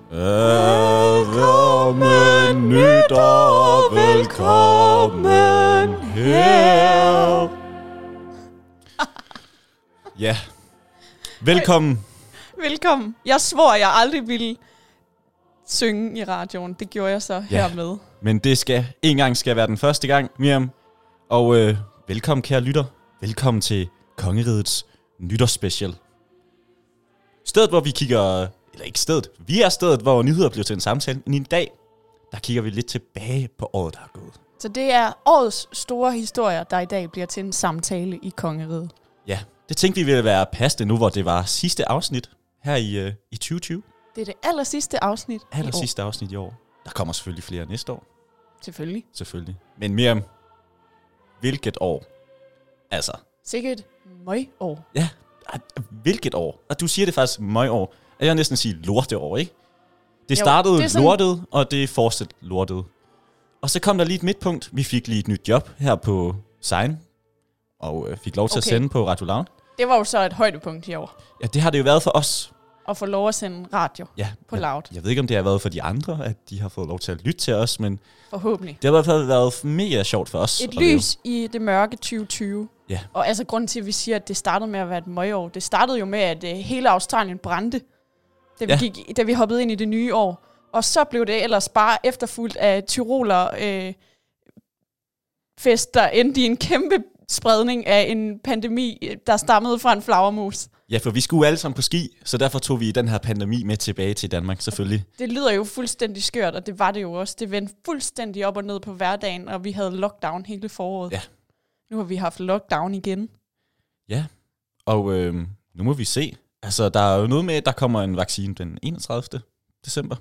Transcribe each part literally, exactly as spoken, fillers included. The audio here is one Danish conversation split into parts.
Velkommen nyt og velkommen her. Ja, velkommen. Velkommen. Jeg svor, jeg aldrig ville synge i radioen. Det gjorde jeg så ja, hermed. Men det skal en gang skal være den første gang, Miriam. Og øh, velkommen, kære lytter. Velkommen til Kongerigets nytårsspecial. Stedet, hvor vi kigger... Eller ikke stedet. Vi er stedet, hvor nyheder bliver til en samtale. Men i dag, der kigger vi lidt tilbage på året, der er gået. Så det er årets store historier, der i dag bliver til en samtale i Kongeriget. Ja, det tænkte vi ville være passende nu, hvor det var sidste afsnit her i, øh, i tyve tyve. Det er det aller sidste afsnit Aller sidste afsnit i år. Der kommer selvfølgelig flere næste år. Selvfølgelig. Selvfølgelig. Men Miriam, hvilket år? Altså. Sikkert møgår. Ja, hvilket år? Og du siger det faktisk møgår. Jeg vil næsten sige lorteår, ikke? Det startede jo, det sådan... lortet, og det fortsatte lortet. Og så kom der lige et midtpunkt. Vi fik lige et nyt job her på Sign, og øh, fik lov til okay. at sende på Radio Loud. Det var jo så et højdepunkt i år. Ja, det har det jo været for os. At få lov at sende radio ja, på Loud. Jeg, jeg ved ikke, om det har været for de andre, at de har fået lov til at lytte til os, men... Forhåbentlig. Det har i hvert fald været mega sjovt for os. Et lys i det mørke tyve tyve. Ja. Og altså grunden til, at vi siger, at det startede med at være et møgår. Det startede jo med, at uh, hele Australien brændte, da vi, ja. gik, da vi hoppede ind i det nye år. Og så blev det ellers bare efterfulgt af Tyroler øh, fest, der endte i en kæmpe spredning af en pandemi, der stammede fra en flagermus. Ja, for vi skulle alle sammen på ski, så derfor tog vi den her pandemi med tilbage til Danmark, selvfølgelig. Det lyder jo fuldstændig skørt, og det var det jo også. Det vendte fuldstændig op og ned på hverdagen, og vi havde lockdown hele foråret. Ja. Nu har vi haft lockdown igen. Ja, og øh, nu må vi se. Altså, der er jo noget med, at der kommer en vaccine den enogtredivte december.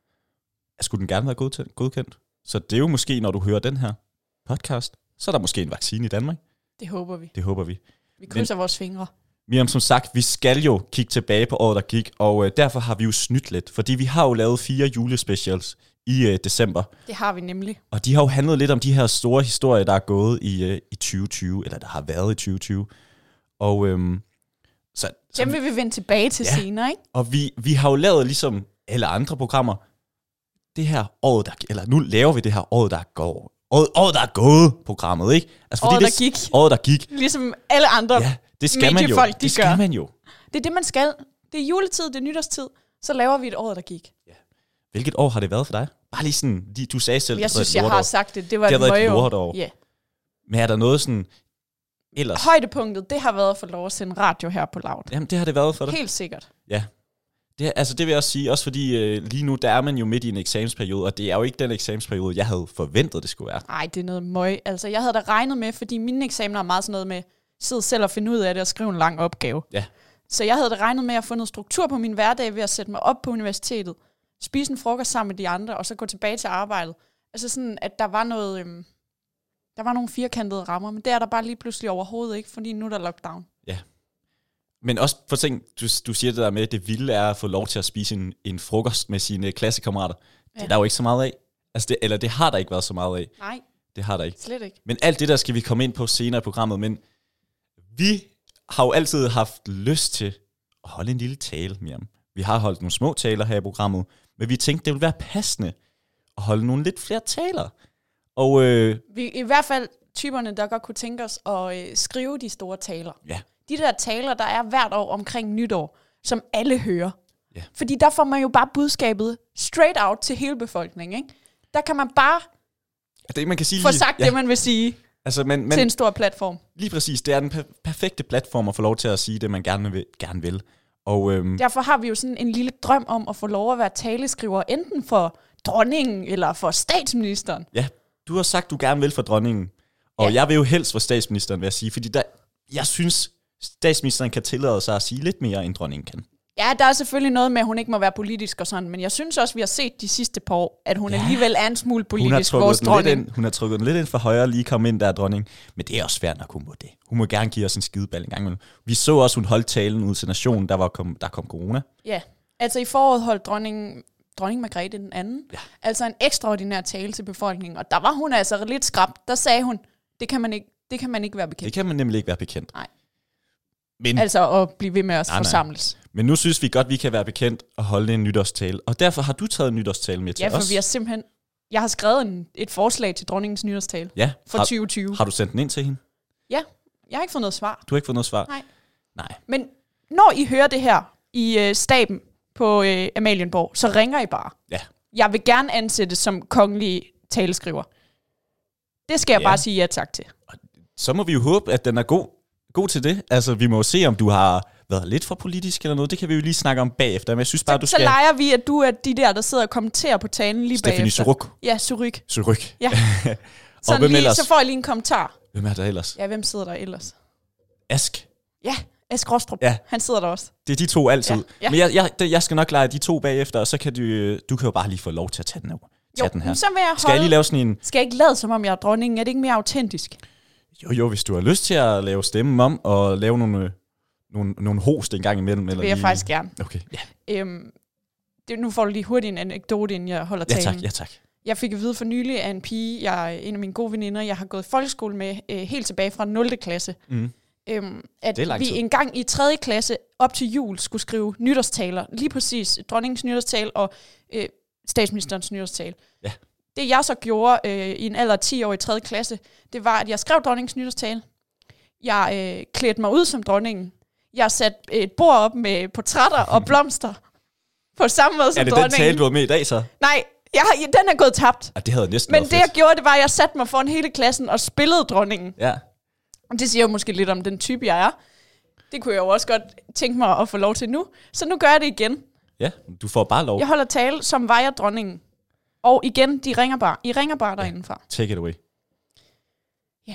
Skulle den gerne være godkendt? Så det er jo måske, når du hører den her podcast, så er der måske en vaccine i Danmark. Det håber vi. Det håber vi. Vi krydser Men, vores fingre. Miriam, som sagt, vi skal jo kigge tilbage på året, der gik, og øh, derfor har vi jo snydt lidt, fordi vi har jo lavet fire julespecials i øh, december. Det har vi nemlig. Og de har jo handlet lidt om de her store historier, der er gået i, øh, i tyve tyve, eller der har været i tyve tyve. Og øh, så... Dem vil vi vende tilbage til ja, senere, ikke? Og vi, vi har jo lavet, ligesom alle andre programmer, det her året, der... Eller nu laver vi det her året, der er gået. Året, året, der er gået, programmet, ikke? Altså, året, fordi der det, gik. Året, der gik. Ligesom alle andre ja, det skal man jo. Folk, de det skal gør. man jo. Det er det, man skal. Det er juletid, det er nytårstid. Så laver vi et år, der gik. Ja. Hvilket år har det været for dig? Bare lige sådan, du sagde selv, jeg synes, jeg har sagt det. Det var det et møgår. Ja. Men er der noget sådan ellers? Højdepunktet, det har været at få lov at sende radio her på Loud. Jamen, det har det været for dig. Helt sikkert. Ja. Det, altså, det vil jeg også sige, også fordi øh, lige nu, der er man jo midt i en eksamensperiode, og det er jo ikke den eksamensperiode, jeg havde forventet, det skulle være. Nej, det er noget møg. Altså, jeg havde da regnet med, fordi mine eksamener er meget sådan noget med, sidde selv og finde ud af det og skrive en lang opgave. Ja. Så jeg havde da regnet med at få noget struktur på min hverdag ved at sætte mig op på universitetet, spise en frokost sammen med de andre, og så gå tilbage til arbejdet. Altså sådan, at der var noget, øhm, der var nogle firkantede rammer, men det er der bare lige pludselig overhovedet ikke, fordi nu er der lockdown. Ja. Men også for ting, du, du siger det der med, at det vilde er at få lov til at spise en, en frokost med sine klassekammerater. Ja. Det er der jo ikke så meget af. Altså det, eller det har der ikke været så meget af. Nej. Det har der ikke. Slet ikke. Men alt det der skal vi komme ind på senere i programmet, men vi har jo altid haft lyst til at holde en lille tale, Miriam. Vi har holdt nogle små taler her i programmet, men vi tænkte, det ville være passende at holde nogle lidt flere taler. Og øh, vi i hvert fald typerne, der godt kunne tænke os at øh, skrive de store taler. Ja. De der taler, der er hvert år omkring nytår, som alle hører. Ja. Fordi der får man jo bare budskabet straight out til hele befolkningen, ikke? Der kan man bare det, man kan sige, få sagt ja. det, man vil sige altså, men, men, til en stor platform. Lige præcis, det er den per- perfekte platform at få lov til at sige det, man gerne vil. Gerne vil. Og, øhm, derfor har vi jo sådan en lille drøm om at få lov at være taleskriver, enten for dronningen eller for statsministeren. Ja, du har sagt, du gerne vil for dronningen. Og ja. jeg vil jo helst for statsministeren, vil jeg sige. Fordi der, jeg synes, statsministeren kan tillade sig at sige lidt mere, end dronningen kan. Ja, der er selvfølgelig noget med, at hun ikke må være politisk og sådan, men jeg synes også, vi har set de sidste par år, at hun ja. alligevel er en smule politisk, vores dronning. Ind, hun har trukket den lidt ind for højre, lige kom ind der, dronning. Men det er også svært, når hun må det. Hun må gerne give os en skideball en gang imellem. Vi så også, hun holdt talen ud til nationen, der, var kom, der kom corona. Ja, altså i foråret holdt dronningen, dronning Margrethe den anden, ja. altså en ekstraordinær tale til befolkningen, og der var hun altså lidt skrap. Der sagde hun, det kan man ikke, det kan man ikke være bekendt. Det kan man nemlig ikke være bekendt. Nej. Men, altså at blive ved med at nej, forsamles. Nej. Men nu synes vi godt, vi kan være bekendt og holde en nytårstale. Og derfor har du taget en nytårstale med til os. Ja, for vi har simpelthen... Jeg har skrevet en, et forslag til dronningens nytårstale ja, for har, tyve tyve. Har du sendt den ind til hende? Ja, jeg har ikke fået noget svar. Du har ikke fået noget svar? Nej. Nej. Men når I hører det her i øh, staben på øh, Amalienborg, så ringer I bare. Ja. Jeg vil gerne ansættes som kongelig taleskriver. Det skal jeg ja. bare sige ja tak til. Så må vi jo håbe, at den er god, god til det. Altså, vi må jo se, om du har været lidt for politisk eller noget. Det kan vi jo lige snakke om bagefter. Men jeg synes bare, så, du skal... Så leger vi, at du er de der, der sidder og kommenterer på talen lige Stephanie bagefter. Suruk. Ja, Suruk. Suruk. Ja. Og hvem lige, ellers? så får jeg lige en kommentar. Hvem er der ellers? Ja, hvem sidder der ellers? Ask. Ja, Ask Rostrup. Ja. Han sidder der også. Det er de to altid. Ja. Ja. Men jeg, jeg, jeg skal nok lege de to bagefter, og så kan du, du kan jo bare lige få lov til at tage den, tage jo, den her. Så vil jeg holde... Skal jeg lige lave sådan en... Skal jeg ikke lade, som om jeg er dronningen? Er det ikke mere autentisk? Jo, jo, hvis du har lyst til at lave stemmen om, og lave nogle, nogle, nogle host en gang imellem. Eller vil jeg lige... faktisk gerne. Okay, ja. Øhm, det, nu får du lige hurtigt en anekdote, inden jeg holder ja, talen. tak, ja tak. Jeg fik at vide for nylig af en pige, jeg, en af mine gode veninder, jeg har gået i folkeskole med, øh, helt tilbage fra nul klasse. Mm. Øhm, at det er lang vi tid. en gang i tredje klasse op til jul skulle skrive nytårstaler. Lige præcis dronningens nytårstale og øh, statsministerens nytårstale. Ja. Det jeg så gjorde øh, i en alder af ti år i tredje klasse, det var, at jeg skrev dronningens nytårstale. Jeg øh, klædte mig ud som dronningen. Jeg satte et bord op med portrætter og blomster. På samme måde som dronningen. Er det dronningen. den tale, du var med i dag så? Nej, jeg, den er gået tabt. Ja, det havde næsten Men det jeg gjorde, det var, at jeg satte mig foran hele klassen og spillede dronningen. Ja. Og det siger jo måske lidt om den type, jeg er. Det kunne jeg jo også godt tænke mig at få lov til nu. Så nu gør jeg det igen. Ja, du får bare lov. Jeg holder tale, som var jeg dronningen. Og igen, de ringer bare. I ringer bare derindefra. Ja, take it away. Ja.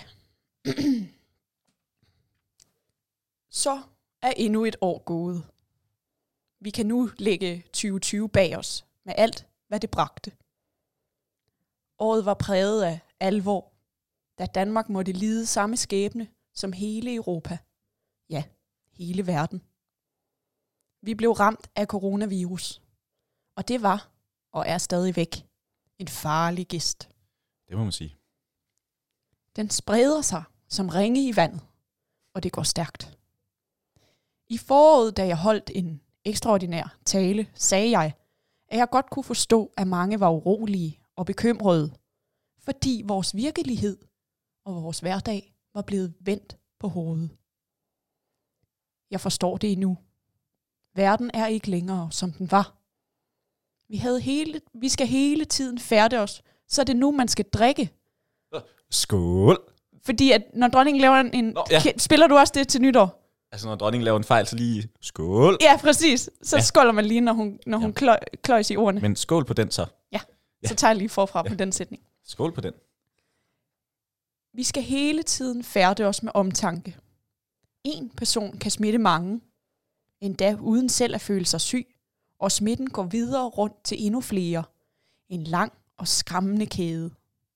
Så er endnu et år gået. Vi kan nu lægge tyve tyve bag os med alt, hvad det bragte. Året var præget af alvor, da Danmark måtte lide samme skæbne som hele Europa. Ja, hele verden. Vi blev ramt af coronavirus, og det var, og er stadigvæk, en farlig gæst. Det må man sige. Den spreder sig som ringe i vandet, og det går stærkt. I foråret, da jeg holdt en ekstraordinær tale, sagde jeg, at jeg godt kunne forstå, at mange var urolige og bekymrede, fordi vores virkelighed og vores hverdag var blevet vendt på hovedet. Jeg forstår det endnu. Verden er ikke længere, som den var. Vi, havde hele, vi skal hele tiden færde os, så er det nu, man skal drikke. Skål! Fordi at når dronningen laver en... Nå, ja. Spiller du også det til nytår? Altså når dronningen laver en fejl, så lige skål! Ja, præcis. Så ja. skåler man lige, når hun, når hun ja. kløj, kløjs i ordene. Men skål på den så. Ja, ja. Så tager jeg lige forfra ja. på den sætning. Skål på den. Vi skal hele tiden færde os med omtanke. En person kan smitte mange, endda uden selv at føle sig syg, og smitten går videre rundt til endnu flere. En lang og skræmmende kæde.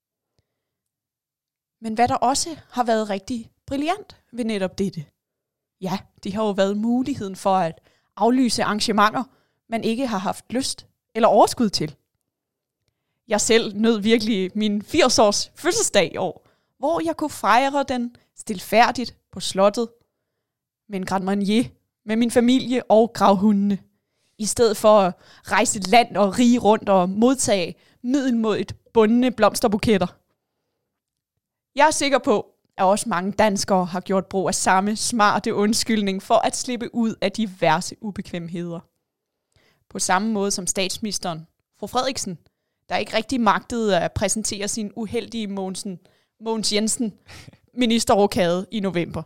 Men hvad der også har været rigtig brilliant ved netop dette, ja, det har jo været muligheden for at aflyse arrangementer, man ikke har haft lyst eller overskud til. Jeg selv nød virkelig min firs års fødselsdag i år, hvor jeg kunne fejre den stilfærdigt på slottet med en Grand Marnier, med min familie og gravhundene, i stedet for at rejse land og rige rundt og modtage middelmådigt bundne blomsterbuketter. Jeg er sikker på, at også mange danskere har gjort brug af samme smarte undskyldning for at slippe ud af diverse ubekvemheder. På samme måde som statsministeren, fru Frederiksen, der ikke rigtig magtede at præsentere sin uheldige Mogensen, Mogens Jensen ministerrokade i november.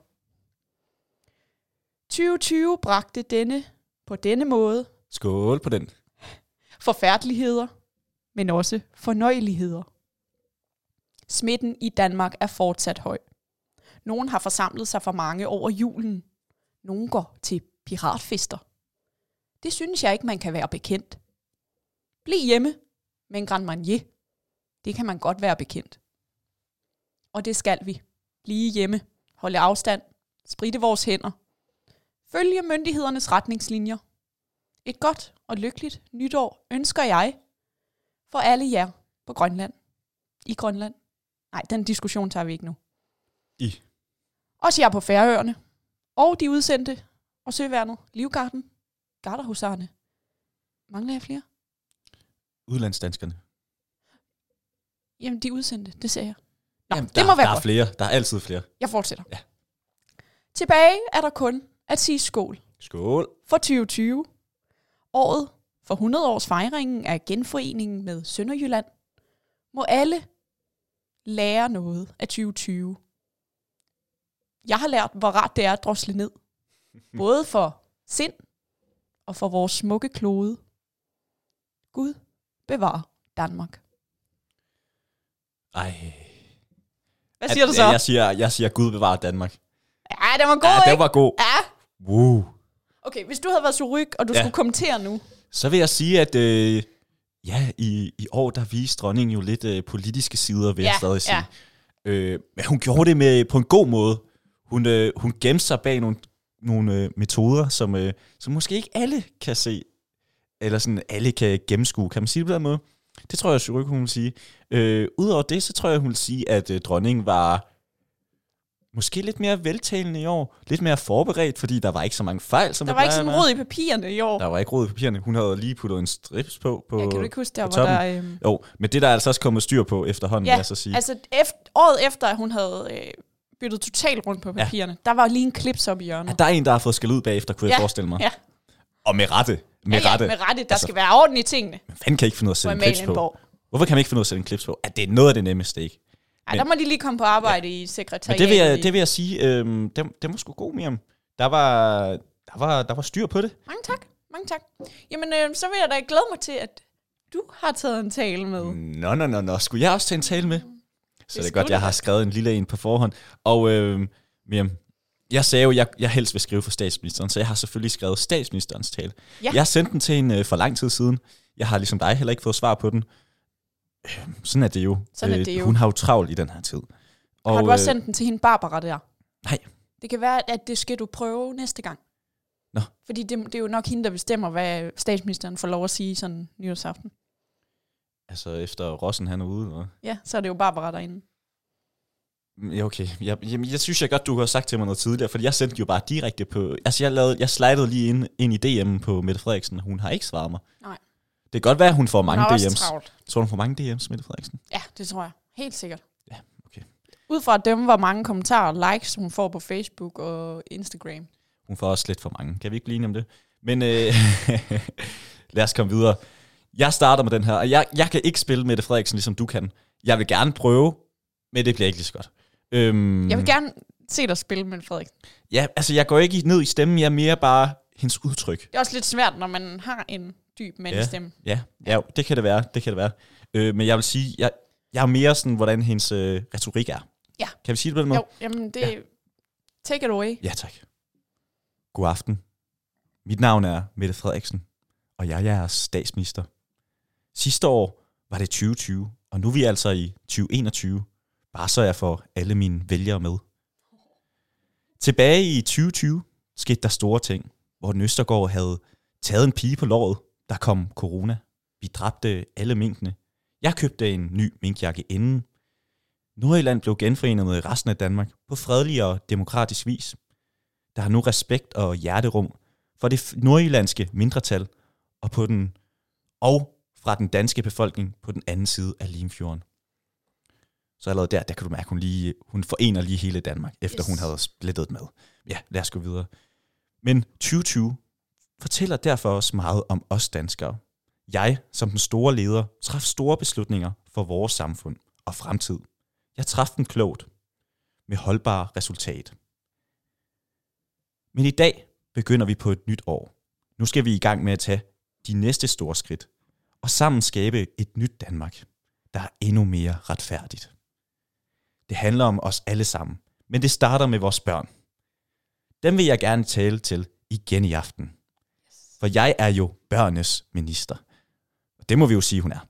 tyve tyve bragte denne på denne måde skål på den forfærdeligheder, men også fornøjeligheder. Smitten i Danmark er fortsat høj. Nogen har forsamlet sig for mange over julen. Nogen går til piratfester. Det synes jeg ikke, man kan være bekendt. Bliv hjemme med en Grand Marnier. Det kan man godt være bekendt. Og det skal vi. Blive hjemme, holde afstand, spritte vores hænder. Følge myndighedernes retningslinjer. Et godt og lykkeligt nytår ønsker jeg for alle jer på Grønland. I Grønland. Nej, den diskussion tager vi ikke nu. I. Også jer på Færøerne. Og de udsendte og søværnet, Livgarden, Garderhusarerne. Mangler jeg flere? Udlandsdanskerne. Jamen, de udsendte, det ser jeg. Nå, Jamen, det der, må være der godt. er flere. Der er altid flere. Jeg fortsætter. Ja. Tilbage er der kun at sige skål Skål. for tyve tyve. Året for hundrede års fejringen af genforeningen med Sønderjylland. Må alle lære noget af tyve tyve. Jeg har lært, hvor rart det er at drosle ned. Både for sind og for vores smukke klode. Gud bevare Danmark. Ej. Hvad siger du så? Jeg siger, jeg siger Gud bevare Danmark. Ja, det var god, Ja, ikke? det var god. Ja. Woo. Okay, hvis du havde været Suryk, og du Ja. skulle kommentere nu. Så vil jeg sige, at øh, ja, i, i år, der viste dronningen jo lidt øh, politiske sider, vil Ja, jeg stadig sige. ja. Øh, men hun gjorde det med på en god måde. Hun, øh, hun gemte sig bag nogle, nogle øh, metoder, som, øh, som måske ikke alle kan se, eller sådan alle kan gennemskue. Kan man sige det på den måde? Det tror jeg, Suryk, hun vil sige. Øh, Udover det, så tror jeg, hun vil sige, at øh, dronningen var måske lidt mere veltalende i år. Lidt mere forberedt, fordi der var ikke så mange fejl, som Der der var ikke plejer sådan at være. rod i papirerne i år. Der var ikke rod i papirerne. Hun havde lige puttet en strips på. på Ja, kan du ikke huske der, på hvor toppen. der... Øhm... Jo, men det der er altså også kommet styr på efterhånden, Ja, vil jeg så sige. altså efter, året efter, at hun havde øh, byttet totalt rundt på papirerne, ja. Der var lige en klips op i hjørnet. Ja, der er en, der har fået skæld ud bagefter, kunne Ja, jeg forestille mig. ja. Og med rette. Med ja, ja, rette. med rette. Der Altså, skal være orden i tingene. Men fanden kan ikke finde ud af at På sætte en klips på? Amalienborg. Hvorfor kan man ikke finde ud af at sætte en klips på? At det er noget af det nemmeste, ikke? Ej, Men- der må de lige komme på arbejde ja. i sekretariatet. Men det vil jeg, det vil jeg sige, øhm, det, det var sgu god, Miriam. Der var, der, var, der var styr på det. Mange tak. Mange tak. Jamen, øh, så vil jeg da glæde mig til, at du har taget en tale med. Nå, nå, nå, nå. Skulle jeg også tage en tale med? Så det, det er skulle godt, jeg du har da. skrevet en lille en på forhånd. Og øhm, Miriam, jeg sagde jo, jeg, jeg helst vil skrive for statsministeren, så jeg har selvfølgelig skrevet statsministerens tale. Ja. Jeg sendte den til hende øh, for lang tid siden. Jeg har ligesom dig heller ikke fået svar på den. Øh, sådan er det jo. Sådan er det jo. Hun har jo travlt i den her tid. Og, Har du også øh, sendt den til hende Barbara der? Nej. Det kan være, at det skal du prøve næste gang. Nå. Fordi det, det er jo nok hende, der bestemmer, hvad statsministeren får lov at sige sådan nytårsaften. Altså efter Rossen han er ude. Og... Ja, så er det jo Barbara derinde. Ja, okay. Jeg, jeg, jeg synes jeg godt, du har sagt til mig noget tidligere, for jeg sendte jo bare direkte på... Altså, jeg, lavede, jeg slidede lige ind, ind i D M'en på Mette Frederiksen. Hun har ikke svaret mig. Nej. Det kan godt være, at hun får mange Hun har også D M's. travlt. Tror du, hun får mange D M's, Mette Frederiksen? Ja, det tror jeg. Helt sikkert. Ja, okay. Ud fra dem, hvor mange kommentarer og likes, hun får på Facebook og Instagram. Hun får også lidt for mange. Kan vi ikke blive enige om det? Men øh, lad os komme videre. Jeg starter med den her, og jeg, jeg kan ikke spille Mette Frederiksen, ligesom du kan. Jeg vil gerne prøve, men det bliver ikke lige så godt. Øhm, Jeg vil gerne se dig spille med Frederik. Ja, altså jeg går ikke ned i stemmen, jeg er mere bare hendes udtryk. Det er også lidt svært, når man har en dyb mandestemme. Ja, ja, det kan det være, det kan det være. Øh, men jeg vil sige, jeg, jeg er mere sådan, hvordan hendes øh, retorik er. Ja. Kan vi sige det på den måde? Jo, jamen det... Ja. Take it away. Ja, tak. God aften. Mit navn er Mette Frederiksen, og jeg er jeres statsminister. Sidste år var det tyve tyve, og nu er vi altså i tyve enogtyve. Bare så jeg får alle mine vælgere med. Tilbage i tyve tyve skete der store ting, hvor Østergaard havde taget en pige på låret. Der kom corona. Vi dræbte alle minkene. Jeg købte en ny minkjakke inden. Nordjylland blev genforenet med resten af Danmark på fredelig og demokratisk vis. Der er nu respekt og hjerterum for det nordjyllandske mindretal og, på den, og fra den danske befolkning på den anden side af Limfjorden. Så allerede der, der kan du mærke, at hun, lige, hun forener lige hele Danmark, efter Yes. hun havde splittet med. Ja, lad os gå videre. Men tyve tyve fortæller derfor også meget om os danskere. Jeg, som den store leder, traf store beslutninger for vores samfund og fremtid. Jeg traf dem klogt, med holdbare resultat. Men i dag begynder vi på et nyt år. Nu skal vi i gang med at tage de næste store skridt, og sammen skabe et nyt Danmark, der er endnu mere retfærdigt. Det handler om os alle sammen, men det starter med vores børn. Dem vil jeg gerne tale til igen i aften. For jeg er jo børnenes minister. Og det må vi jo sige, hun er.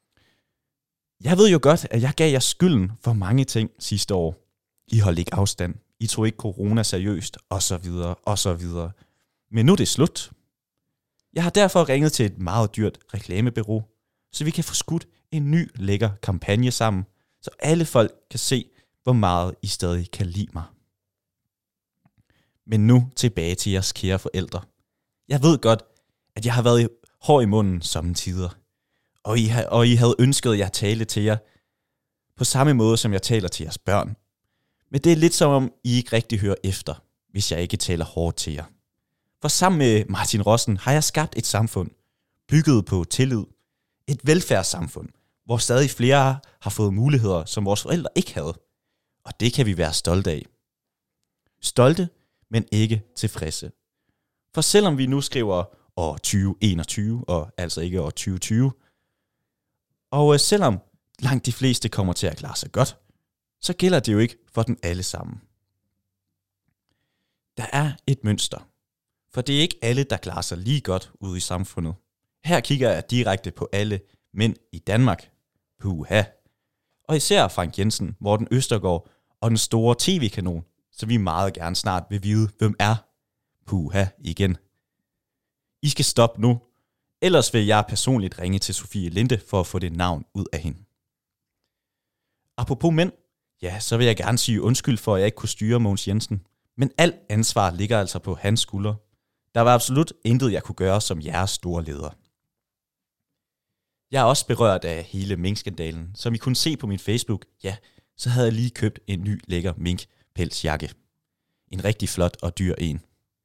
Jeg ved jo godt, at jeg gav jer skylden for mange ting sidste år. I holdt ikke afstand. I tog ikke corona seriøst, og så videre, og så videre. Men nu er det slut. Jeg har derfor ringet til et meget dyrt reklamebureau, så vi kan få skudt en ny lækker kampagne sammen, så alle folk kan se, hvor meget I stadig kan lide mig. Men nu tilbage til jeres kære forældre. Jeg ved godt, at jeg har været hård i munden sommetider, og I, ha- og I havde ønsket, at jeg talte til jer på samme måde, som jeg taler til jeres børn. Men det er lidt som om, I ikke rigtig hører efter, hvis jeg ikke taler hårdt til jer. For sammen med Martin Rossen har jeg skabt et samfund, bygget på tillid, et velfærdssamfund, hvor stadig flere har fået muligheder, som vores forældre ikke havde. Og det kan vi være stolte af. Stolte, men ikke tilfredse. For selvom vi nu skriver år tyve enogtyve, og altså ikke år tyve tyve, og selvom langt de fleste kommer til at klare sig godt, så gælder det jo ikke for dem alle sammen. Der er et mønster, for det er ikke alle, der klarer sig lige godt ude i samfundet. Her kigger jeg direkte på alle mænd i Danmark. Puha. Og især Frank Jensen, Morten Østergaard og den store tv-kanon, så vi meget gerne snart vil vide, hvem er. Puha igen. I skal stoppe nu, ellers vil jeg personligt ringe til Sofie Linde for at få det navn ud af hende. Apropos mænd, ja, så vil jeg gerne sige undskyld for, at jeg ikke kunne styre Mogens Jensen. Men alt ansvar ligger altså på hans skuldre. Der var absolut intet, jeg kunne gøre som jeres store leder. Jeg er også berørt af hele minkskandalen. Som I kunne se på min Facebook, ja, så havde jeg lige købt en ny lækker minkpelsjakke. En rigtig flot og dyr en.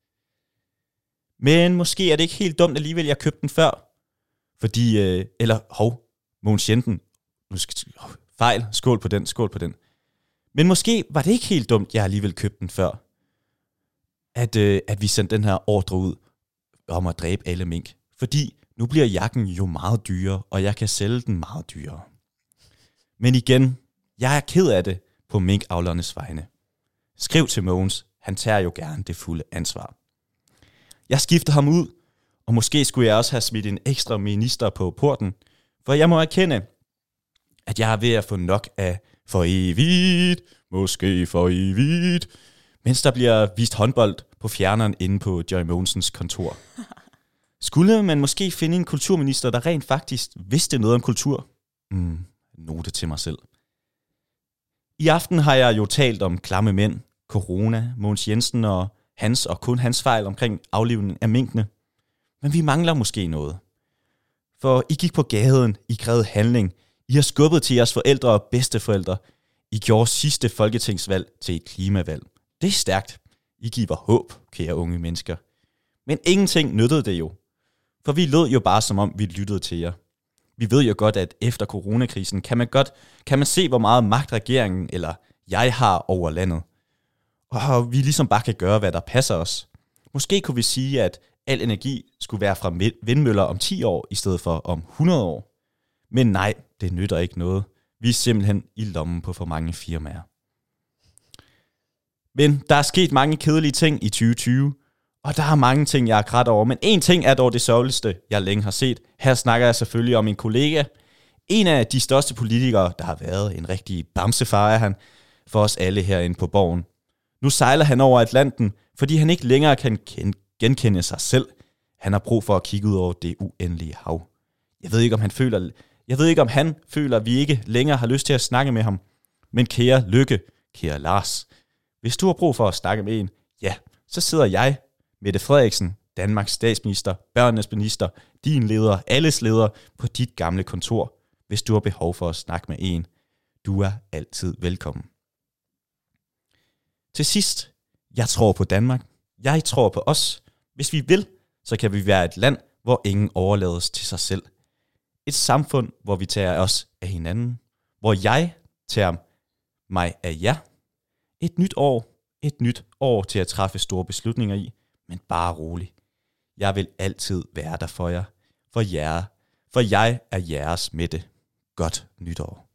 Men måske er det ikke helt dumt alligevel, jeg købte den før. Fordi, øh, eller hov, Mogens Jensen, nu skal, oh, fejl, skål på den, skål på den. Men måske var det ikke helt dumt, jeg alligevel købte den før. At, øh, at vi sendte den her ordre ud om at dræbe alle mink. Fordi nu bliver jakken jo meget dyrere, og jeg kan sælge den meget dyrere. Men igen, jeg er ked af det på minkavlernes vegne. Skriv til Mogens, han tager jo gerne det fulde ansvar. Jeg skifter ham ud, og måske skulle jeg også have smidt en ekstra minister på porten, for jeg må erkende, at jeg er ved at få nok af for evigt, måske for evigt, mens der bliver vist håndbold på fjerneren inde på Joy Mogensens kontor. Skulle man måske finde en kulturminister, der rent faktisk vidste noget om kultur? Mm, note til mig selv. I aften har jeg jo talt om klamme mænd, corona, Mogens Jensen og hans og kun hans fejl omkring aflivningen af minkene. Men vi mangler måske noget. For I gik på gaden, I krævede handling, I har skubbet til jeres forældre og bedsteforældre. I gjorde sidste folketingsvalg til et klimavalg. Det er stærkt. I giver håb, kære unge mennesker. Men ingenting nyttede det jo. For vi lød jo bare som om, vi lyttede til jer. Vi ved jo godt, at efter coronakrisen kan man godt kan man se, hvor meget magt regeringen eller jeg har over landet. Og vi ligesom bare kan gøre, hvad der passer os. Måske kunne vi sige, at al energi skulle være fra vindmøller om ti år, i stedet for om hundrede år. Men nej, det nytter ikke noget. Vi er simpelthen i lommen på for mange firmaer. Men der er sket mange kedelige ting i tyve tyve, og der er mange ting, jeg er grædt over. Men en ting er dog det sørgeligste, jeg længe har set. Her snakker jeg selvfølgelig om min kollega. En af de største politikere, der har været. En rigtig bamsefar er han for os alle herinde på Borgen. Nu sejler han over Atlanten, fordi han ikke længere kan genkende sig selv. Han har brug for at kigge ud over det uendelige hav. Jeg ved ikke, om han føler, jeg ved ikke, om han føler, at vi ikke længere har lyst til at snakke med ham. Men kære Lykke, kære Lars, hvis du har brug for at snakke med en, ja, så sidder jeg, Mette Frederiksen, Danmarks statsminister, børnenes minister, din leder, alles leder, på dit gamle kontor, hvis du har behov for at snakke med en. Du er altid velkommen. Til sidst, jeg tror på Danmark. Jeg tror på os. Hvis vi vil, så kan vi være et land, hvor ingen overlades til sig selv. Et samfund, hvor vi tager os af hinanden. Hvor jeg tager mig af jer. Et nyt år. Et nyt år til at træffe store beslutninger i. Men bare rolig. Jeg vil altid være der for jer. For jer. For jeg er jeres Mette. Godt nytår.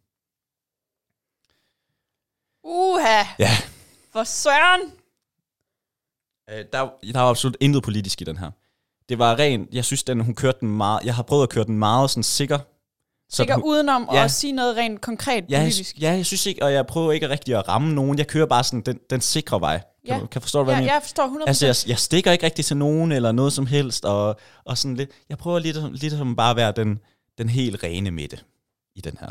Uha. Ja. For søren. Øh, der, der var absolut intet politisk i den her. Det var rent, jeg synes, den, hun kørte den meget, jeg har prøvet at køre den meget sådan sikker. Sikker hun, udenom ja, at sige noget rent konkret ja, politisk. Ja, jeg synes ikke, og jeg prøver ikke rigtig at ramme nogen. Jeg kører bare sådan den, den sikre vej. Kan Ja. du kan forstå, hvad Ja, jeg mener? jeg forstår hundrede procent. Altså, jeg, jeg stikker ikke rigtig til nogen, eller noget som helst, og, og sådan lidt, jeg prøver lidt, lidt som bare at være den, den helt rene midte i den her.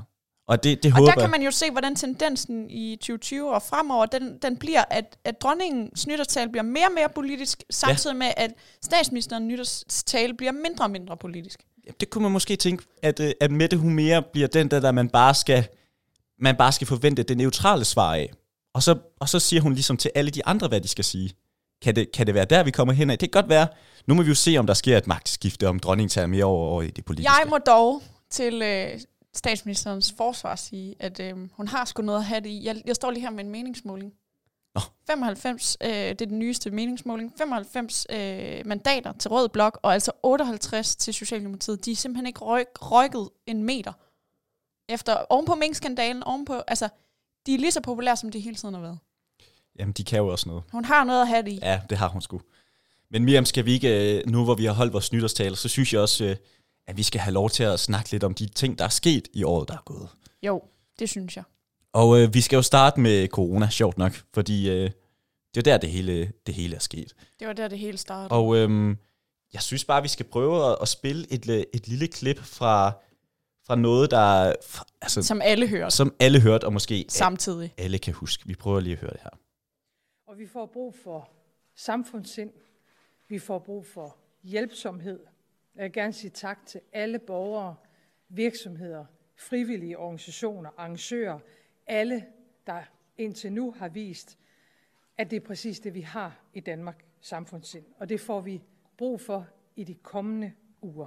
Og det, det og håber der kan man jo se, hvordan tendensen i tyve tyve og fremover, den, den bliver, at, at dronningens nytårstale bliver mere og mere politisk, samtidig ja. med, at statsministerens nytårstale bliver mindre og mindre politisk. Ja, det kunne man måske tænke, at, at Mette hun mere bliver den der, der man bare skal, man bare skal forvente det neutrale svar af. Og så, og så siger hun ligesom til alle de andre, hvad de skal sige. Kan det, kan det være der, vi kommer hen af? Det kan godt være. Nu må vi jo se, om der sker et magtskifte, om dronningen tager mere over, over i det politiske. Jeg må dog til øh, statsministerens forsvar sige, at øh, hun har sgu noget at have det i. Jeg, jeg står lige her med en meningsmåling. Oh. femoghalvfems, øh, det er den nyeste meningsmåling. femoghalvfems øh, mandater til Rød Blok, og altså otteoghalvtreds til Socialdemokratiet. De er simpelthen ikke røg, røgget en meter. Efter, ovenpå Mink-skandalen, ovenpå, altså, de er lige så populære, som de hele tiden har været. Jamen, de kan jo også noget. Hun har noget at have det i. Ja, det har hun sgu. Men Miriam, skal vi ikke, nu hvor vi har holdt vores nytårstale, så synes jeg også, at vi skal have lov til at snakke lidt om de ting, der er sket i året, der er gået. Jo, det synes jeg. Og øh, vi skal jo starte med corona, sjovt nok, fordi øh, det er der, det hele, det hele er sket. Det var der, det hele startede. Og øh, jeg synes bare, vi skal prøve at, at spille et, et lille klip fra, fra noget, der... Altså, som alle hørte. Som alle hørte, og måske samtidig. Alle kan huske. Vi prøver lige at høre det her. Og vi får brug for samfundssind. Vi får brug for hjælpsomhed. Jeg vil gerne sige tak til alle borgere, virksomheder, frivillige organisationer, arrangører, alle, der indtil nu har vist, at det er præcis det, vi har i Danmark, samfundssind. Og det får vi brug for i de kommende uger.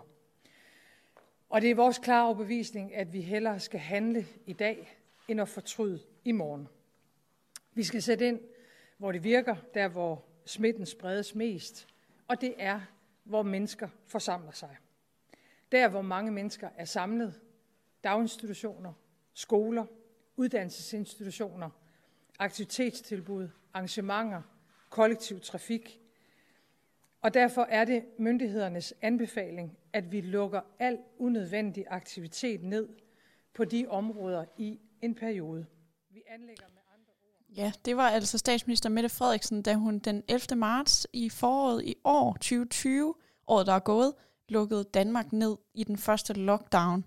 Og det er vores klare overbevisning, at vi hellere skal handle i dag, end at fortryde i morgen. Vi skal sætte ind, hvor det virker, der hvor smitten spredes mest, og det er, hvor mennesker forsamler sig. Der, hvor mange mennesker er samlet, daginstitutioner, skoler, uddannelsesinstitutioner, aktivitetstilbud, arrangementer, kollektiv trafik. Og derfor er det myndighedernes anbefaling, at vi lukker al unødvendig aktivitet ned på de områder i en periode. Vi anlægger med andre ord. Ja, det var altså statsminister Mette Frederiksen, da hun den ellevte marts i foråret i år tyve tyve, året der er gået, lukkede Danmark ned i den første lockdown.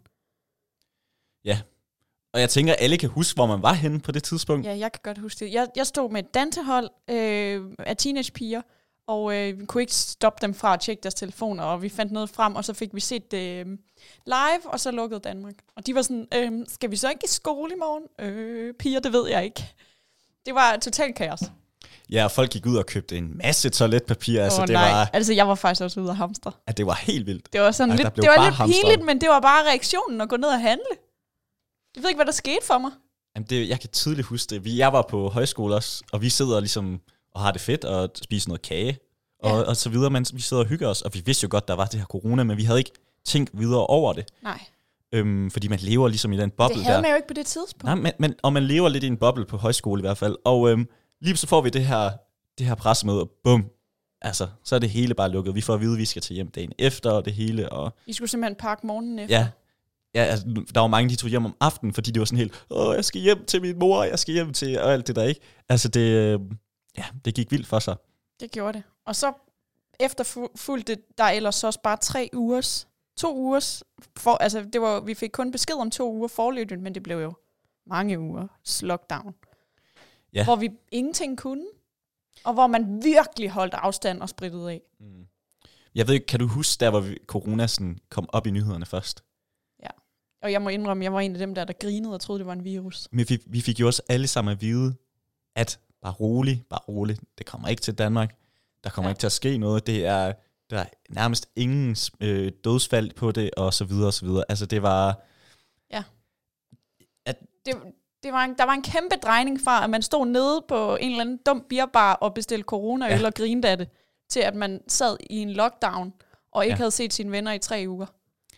Ja, og jeg tænker, alle kan huske, hvor man var henne på det tidspunkt. Ja, jeg kan godt huske det. Jeg, jeg stod med et dansehold øh, af teenagepiger, og øh, vi kunne ikke stoppe dem fra at tjekke deres telefoner, og vi fandt noget frem, og så fik vi set det øh, live, og så lukkede Danmark. Og de var sådan, øh, skal vi så ikke i skole i morgen? Øh, piger, det ved jeg ikke. Det var totalt kaos. Ja, og folk gik ud og købte en masse toiletpapir. Oh, altså, det nej. var, altså, jeg var faktisk også ude at hamstre. Ja, det var helt vildt. Det var, sådan altså, lidt, det var lidt hamstret. Pinligt, men det var bare reaktionen at gå ned og handle. Jeg ved ikke, hvad der skete for mig. Jamen, det, jeg kan tydeligt huske det. Jeg var på højskole også, og vi sidder ligesom og har det fedt og spiser noget kage og, ja. og så videre, men vi sidder og hygger os, og vi vidste jo godt, der var det her corona, men vi havde ikke tænkt videre over det. Nej. Øhm, fordi man lever ligesom i den boble der. Det havde man jo ikke på det tidspunkt. Nej, men, men, og man lever lidt i en boble på højskole i hvert fald. Og øhm, lige så får vi det her, det her pressemøde, og bum, altså, så er det hele bare lukket. Vi får at vide, at vi skal til hjem dagen efter, og det hele. Og I skulle simpelthen pakke morgenen efter. Ja, ja altså, der var mange, de tog hjem om aftenen, fordi det var sådan helt, åh, jeg skal hjem til min mor, jeg skal hjem til, og alt det der, ikke? Altså, det, øh, ja, det gik vildt for sig. Det gjorde det. Og så efterfulgte der ellers også bare tre ugers, to ugers, for, altså det var, vi fik kun besked om to uger forløbet, men det blev jo mange uger lockdown. Ja. Hvor vi ingenting kunne, og hvor man virkelig holdt afstand og sprittede af. Mm. Jeg ved ikke, kan du huske, der hvor vi, corona sådan kom op i nyhederne først? Ja, og jeg må indrømme, jeg var en af dem der, der grinede og troede, det var en virus. Men vi, vi fik jo også alle sammen at vide, at bare rolig, bare rolig, det kommer ikke til Danmark. Der kommer ja. ikke til at ske noget. Det er, der er nærmest ingen øh, dødsfald på det, og så videre, og så videre. Altså, det var... Ja. At, det, det var en, der var en kæmpe drejning fra, at man stod nede på en eller anden dum bierbar og bestilte coronaøl ja. og grinede af det, til at man sad i en lockdown, og ikke ja. havde set sine venner i tre uger.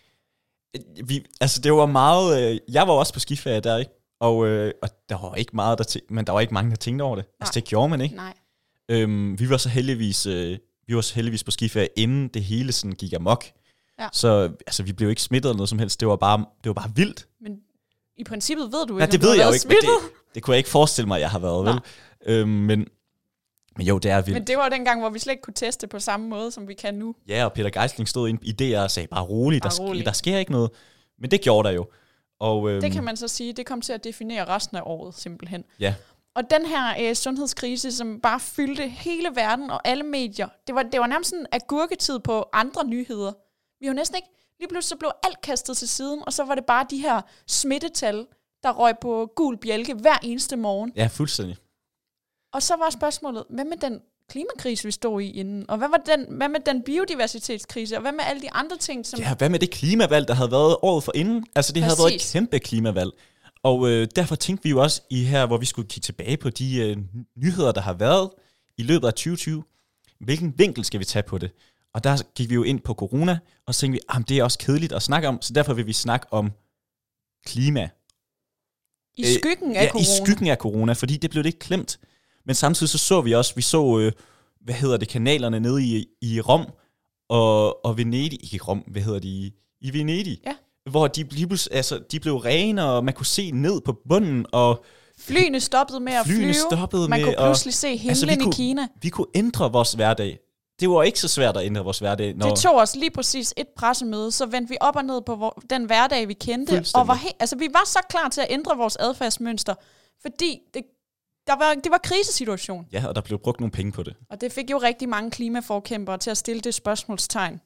Vi, altså, det var meget... Øh, jeg var også på skiferie der, ikke? Og, øh, og der var ikke meget, der tæ- men der var ikke mange, der tænkte over det. Nej. Altså, det gjorde man ikke. Nej. Øhm, vi var så heldigvis, øh, vi var så heldigvis på skiferie, inden det hele sådan gik amok. Ja. Så altså, vi blev ikke smittet eller noget som helst. Det var bare, det var bare vildt. Men i princippet ved du ikke, ja, det ved jeg jo ikke. Smittet. Det, det kunne jeg ikke forestille mig, at jeg har været, vel? Øhm, men, men jo, det er vildt. Men det var dengang, hvor vi slet ikke kunne teste på samme måde, som vi kan nu. Ja, og Peter Geisling stod ind i D R og sagde, bare roligt, bare der, rolig. der sker ikke noget. Men det gjorde der jo. Og, øhm, det kan man så sige, det kom til at definere resten af året simpelthen. Ja. Og den her øh, sundhedskrise, som bare fyldte hele verden og alle medier, det var, det var nærmest sådan agurketid på andre nyheder. Vi har næsten ikke, lige pludselig så blev alt kastet til siden, og så var det bare de her smittetal, der røg på gul bjælke hver eneste morgen. Ja, fuldstændig. Og så var spørgsmålet, hvad med den klimakrise, vi stod i inden? Og hvad, var den, hvad med den biodiversitetskrise? Og hvad med alle de andre ting, som... Ja, hvad med det klimavalg, der havde været året for inden? Altså, det Præcis. havde været et kæmpe klimavalg. Og øh, derfor tænkte vi jo også i her, hvor vi skulle kigge tilbage på de øh, nyheder, der har været i løbet af tyve tyve. Hvilken vinkel skal vi tage på det? Og der gik vi jo ind på corona, og så tænkte vi, at det er også kedeligt at snakke om, så derfor vil vi snakke om klima. I skyggen af øh, ja, corona. i skyggen af corona, fordi det blev lidt klemt. Men samtidig så så vi også, vi så, øh, hvad hedder det, kanalerne nede i, i Rom og, og Venedig, ikke Rom, hvad hedder de, i, i Venedig. Ja. Hvor de, altså, de blev rene, og man kunne se ned på bunden, og flyene stoppede med at flyve. Stoppede man med, kunne pludselig se himlen altså, kunne, i Kina. Vi kunne ændre vores hverdag. Det var ikke så svært at ændre vores hverdag. Når det tog os lige præcis et pressemøde, så vendte vi op og ned på vor, den hverdag, vi kendte. Og var he- altså, vi var så klar til at ændre vores adfærdsmønster, fordi det, der var, det var krisesituation. Ja, og der blev brugt nogle penge på det. Og det fik jo rigtig mange klimaforkæmpere til at stille det spørgsmålstegn.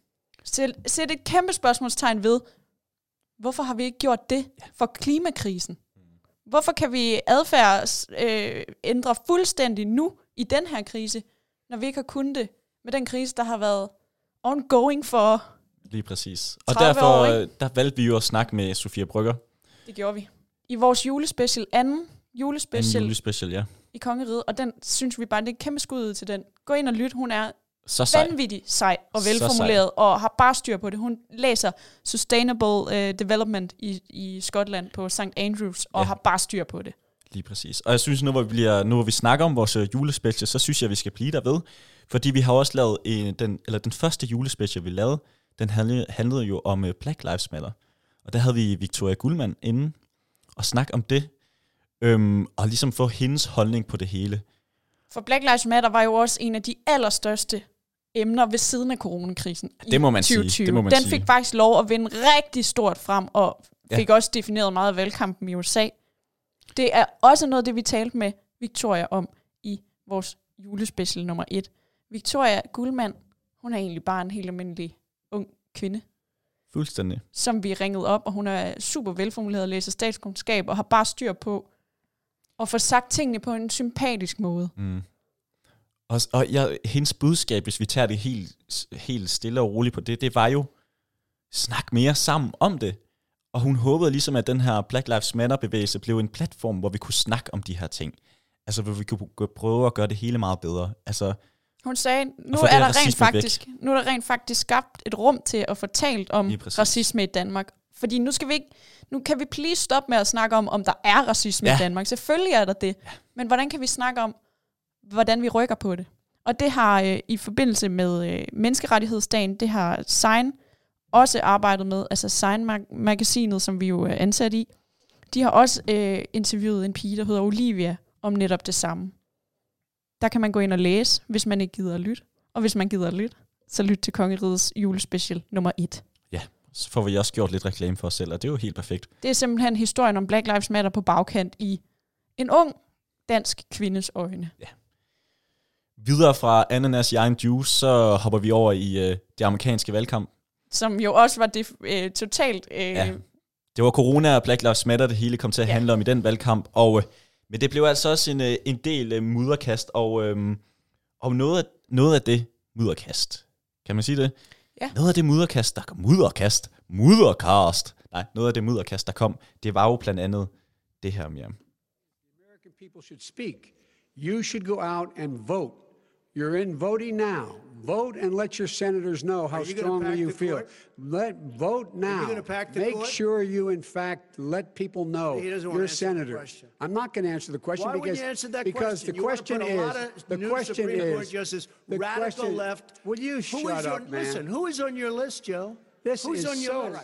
Sæt et kæmpe spørgsmålstegn ved, hvorfor har vi ikke gjort det for klimakrisen? Hvorfor kan vi adfærd øh, ændre fuldstændig nu i den her krise, når vi ikke har kunnet det med den krise, der har været ongoing for lige præcis. Og derfor år, der valgte vi jo at snakke med Sofia Brøgger. Det gjorde vi. I vores julespecial, anden julespecial, anden julespecial ja. i Kongeriget, og den synes vi bare, det er et kæmpe skud til den. Gå ind og lyt, hun er så sej. vanvittig sej og velformuleret, og har bare styr på det. Hun læser Sustainable uh, Development i, i Skotland på Sankt Andrews, og ja. har bare styr på det. Lige præcis. Og jeg synes, nu hvor vi, bliver, nu hvor vi snakker om vores julespecial, så synes jeg, vi skal blive derved. Fordi vi har også lavet en, den, eller den første julespecial, vi lavede, den handlede, handlede jo om uh, Black Lives Matter. Og der havde vi Victoria Guldmann inde og snakke om det, øhm, og ligesom få hendes holdning på det hele. For Black Lives Matter var jo også en af de allerstørste emner ved siden af coronakrisen. Det må man tyve tyve. sige. Det må man den sige. fik faktisk lov at vinde rigtig stort frem, og fik ja. også defineret meget af valgkampen i U S A. Det er også noget, det vi talte med Victoria om i vores julespecial nummer et. Victoria Guldmann, hun er egentlig bare en helt almindelig ung kvinde. Fuldstændig. Som vi ringede op, og hun er super velformuleret, læser statskundskab, og har bare styr på at få sagt tingene på en sympatisk måde. Mm. Og, og ja, hendes budskab, hvis vi tager det helt, helt stille og roligt på det, det var jo, snak mere sammen om det. Og hun håbede ligesom, at den her Black Lives Matter-bevægelse blev en platform, hvor vi kunne snakke om de her ting. Altså, hvor vi kunne prøve at gøre det hele meget bedre. Altså, hun sagde, nu er der rent faktisk, nu er der rent faktisk skabt et rum til at få talt om racisme i Danmark. Fordi nu skal vi ikke, nu kan vi please stoppe med at snakke om, om der er racisme ja. i Danmark. Selvfølgelig er der det. Ja. Men hvordan kan vi snakke om, hvordan vi rykker på det? Og det har øh, i forbindelse med øh, menneskerettighedsdagen, det har Sign også arbejdet med, altså Sign-magasinet, som vi jo er ansat i. De har også øh, interviewet en pige, der hedder Olivia, om netop det samme. Der kan man gå ind og læse, hvis man ikke gider at lytte. Og hvis man gider at lytte, så lyt til Kongerigets julespecial nummer et. Ja, så får vi også gjort lidt reklame for os selv, og det er jo helt perfekt. Det er simpelthen historien om Black Lives Matter på bagkant i en ung dansk kvindes øjne. Ja. Videre fra ananas i egen juice, så hopper vi over i øh, det amerikanske valgkamp. Som jo også var det øh, totalt... Øh, ja. Det var corona og Black Lives Matter, det hele kom til at handle ja. om i den valgkamp, og... Øh, Men det blev altså også en, en del uh, mudderkast, og, øhm, og noget, af, noget af det mudderkast, kan man sige det? Ja. Noget af det mudderkast, der kom, mudderkast, mudderkast, nej, noget af det mudderkast, der kom, det var jo blandt andet det her, Miriam. American people should speak. You should go out and vote. You're in voting now. Vote and let your senators know how you strongly you feel. Let vote now. Make court? sure you, in fact, let people know you're a senator. I'm not going to answer the question Why because, answer that because question? the question is the question is justice, the radical question, left. Will you who shut your, up, man? Listen, who is on your list, Joe? This Who's is on your so list? right.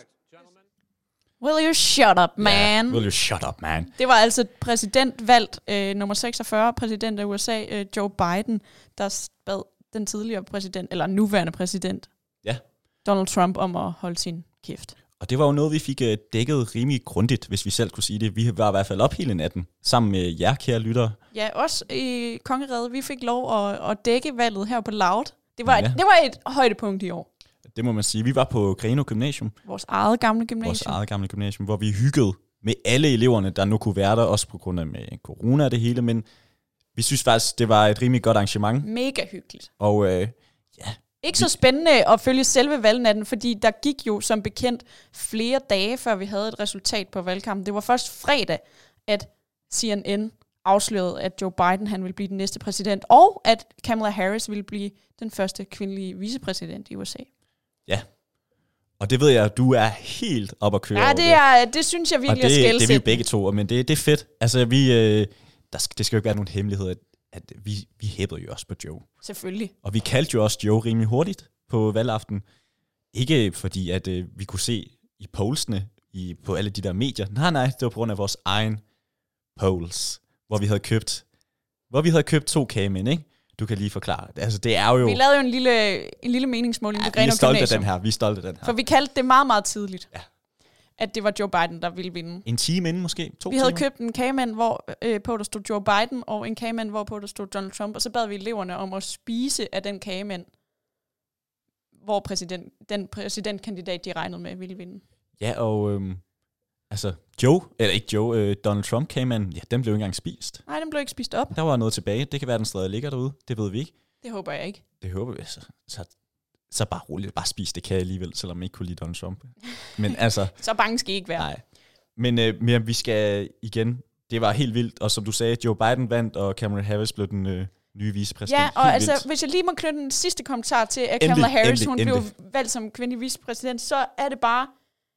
Will you shut up, man? Yeah, will you shut up, man? Det var altså præsidentvalgt øh, nummer seksogfyrre, præsident af U S A, øh, Joe Biden, der bad den tidligere præsident, eller nuværende præsident, ja. Donald Trump, om at holde sin kæft. Og det var jo noget, vi fik dækket rimelig grundigt, hvis vi selv kunne sige det. Vi var i hvert fald op hele natten, sammen med jer, kære lyttere. Ja, også i Kongeriget. Vi fik lov at, at dække valget her på Loud. Det var, ja. et, det var et højdepunkt i år. Det må man sige. Vi var på Grenaa Gymnasium. Vores eget gamle gymnasium. Vores eget gamle gymnasium, hvor vi hyggede med alle eleverne, der nu kunne være der, også på grund af med corona og det hele. Men vi synes faktisk, det var et rimelig godt arrangement. Mega hyggeligt. Og øh, ja... Ikke så spændende at følge selve valgnatten, fordi der gik jo som bekendt flere dage, før vi havde et resultat på valgkampen. Det var først fredag, at C N N afslørede, at Joe Biden han ville blive den næste præsident, og at Kamala Harris ville blive den første kvindelige vicepræsident i U S A. Ja, og det ved jeg, du er helt op at køre ja, over det. Ja, det, det synes jeg virkelig og det, er skældsættende. det er vi jo begge to, men det, det er fedt. Altså, vi, øh, der skal, det skal jo ikke være nogen hemmelighed, at at vi, vi hæppede jo også på Joe. Selvfølgelig. Og vi kaldte jo også Joe rimelig hurtigt på valgaften. Ikke fordi, at øh, vi kunne se i pollsene i, på alle de der medier. Nej, nej, det var på grund af vores egen polls, hvor vi havde købt, hvor vi havde købt to kagemænd, ikke? Du kan lige forklare det. Altså, det er jo... Vi lavede jo en lille, en lille meningsmåling ja, på Grenaa Gymnasium. Vi er stolte af den her. Vi er stolte af den her. For vi kaldte det meget, meget tidligt. Ja. At det var Joe Biden, der ville vinde. En time inden måske? To vi havde timer. købt en kagemand, hvor øh, på der stod Joe Biden, og en kagemand, hvor på der stod Donald Trump, og så bad vi eleverne om at spise af den kagemand, hvor præsident, den præsidentkandidat, de regnede med, ville vinde. Ja, og øhm, altså Joe, eller ikke Joe, øh, Donald Trump kagemand, ja, den blev ikke engang spist. Nej, den blev ikke spist op. Der var noget tilbage. Det kan være, den stadig ligger derude. Det ved vi ikke. Det håber jeg ikke. Det håber vi. Så, så Så bare roligt, bare spis det kan jeg alligevel, selvom jeg ikke kunne lide Donald Trump. Men altså... så bange skal I ikke være. Nej. Men øh, mere, vi skal igen... Det var helt vildt, og som du sagde, Joe Biden vandt, og Kamala Harris blev den øh, nye vicepræsident. Ja, og helt altså, vildt. hvis jeg lige må knytte en sidste kommentar til, at Kamala endelig, Harris, endelig, hun endelig. blev valgt som kvindelig vicepræsident, så er det bare...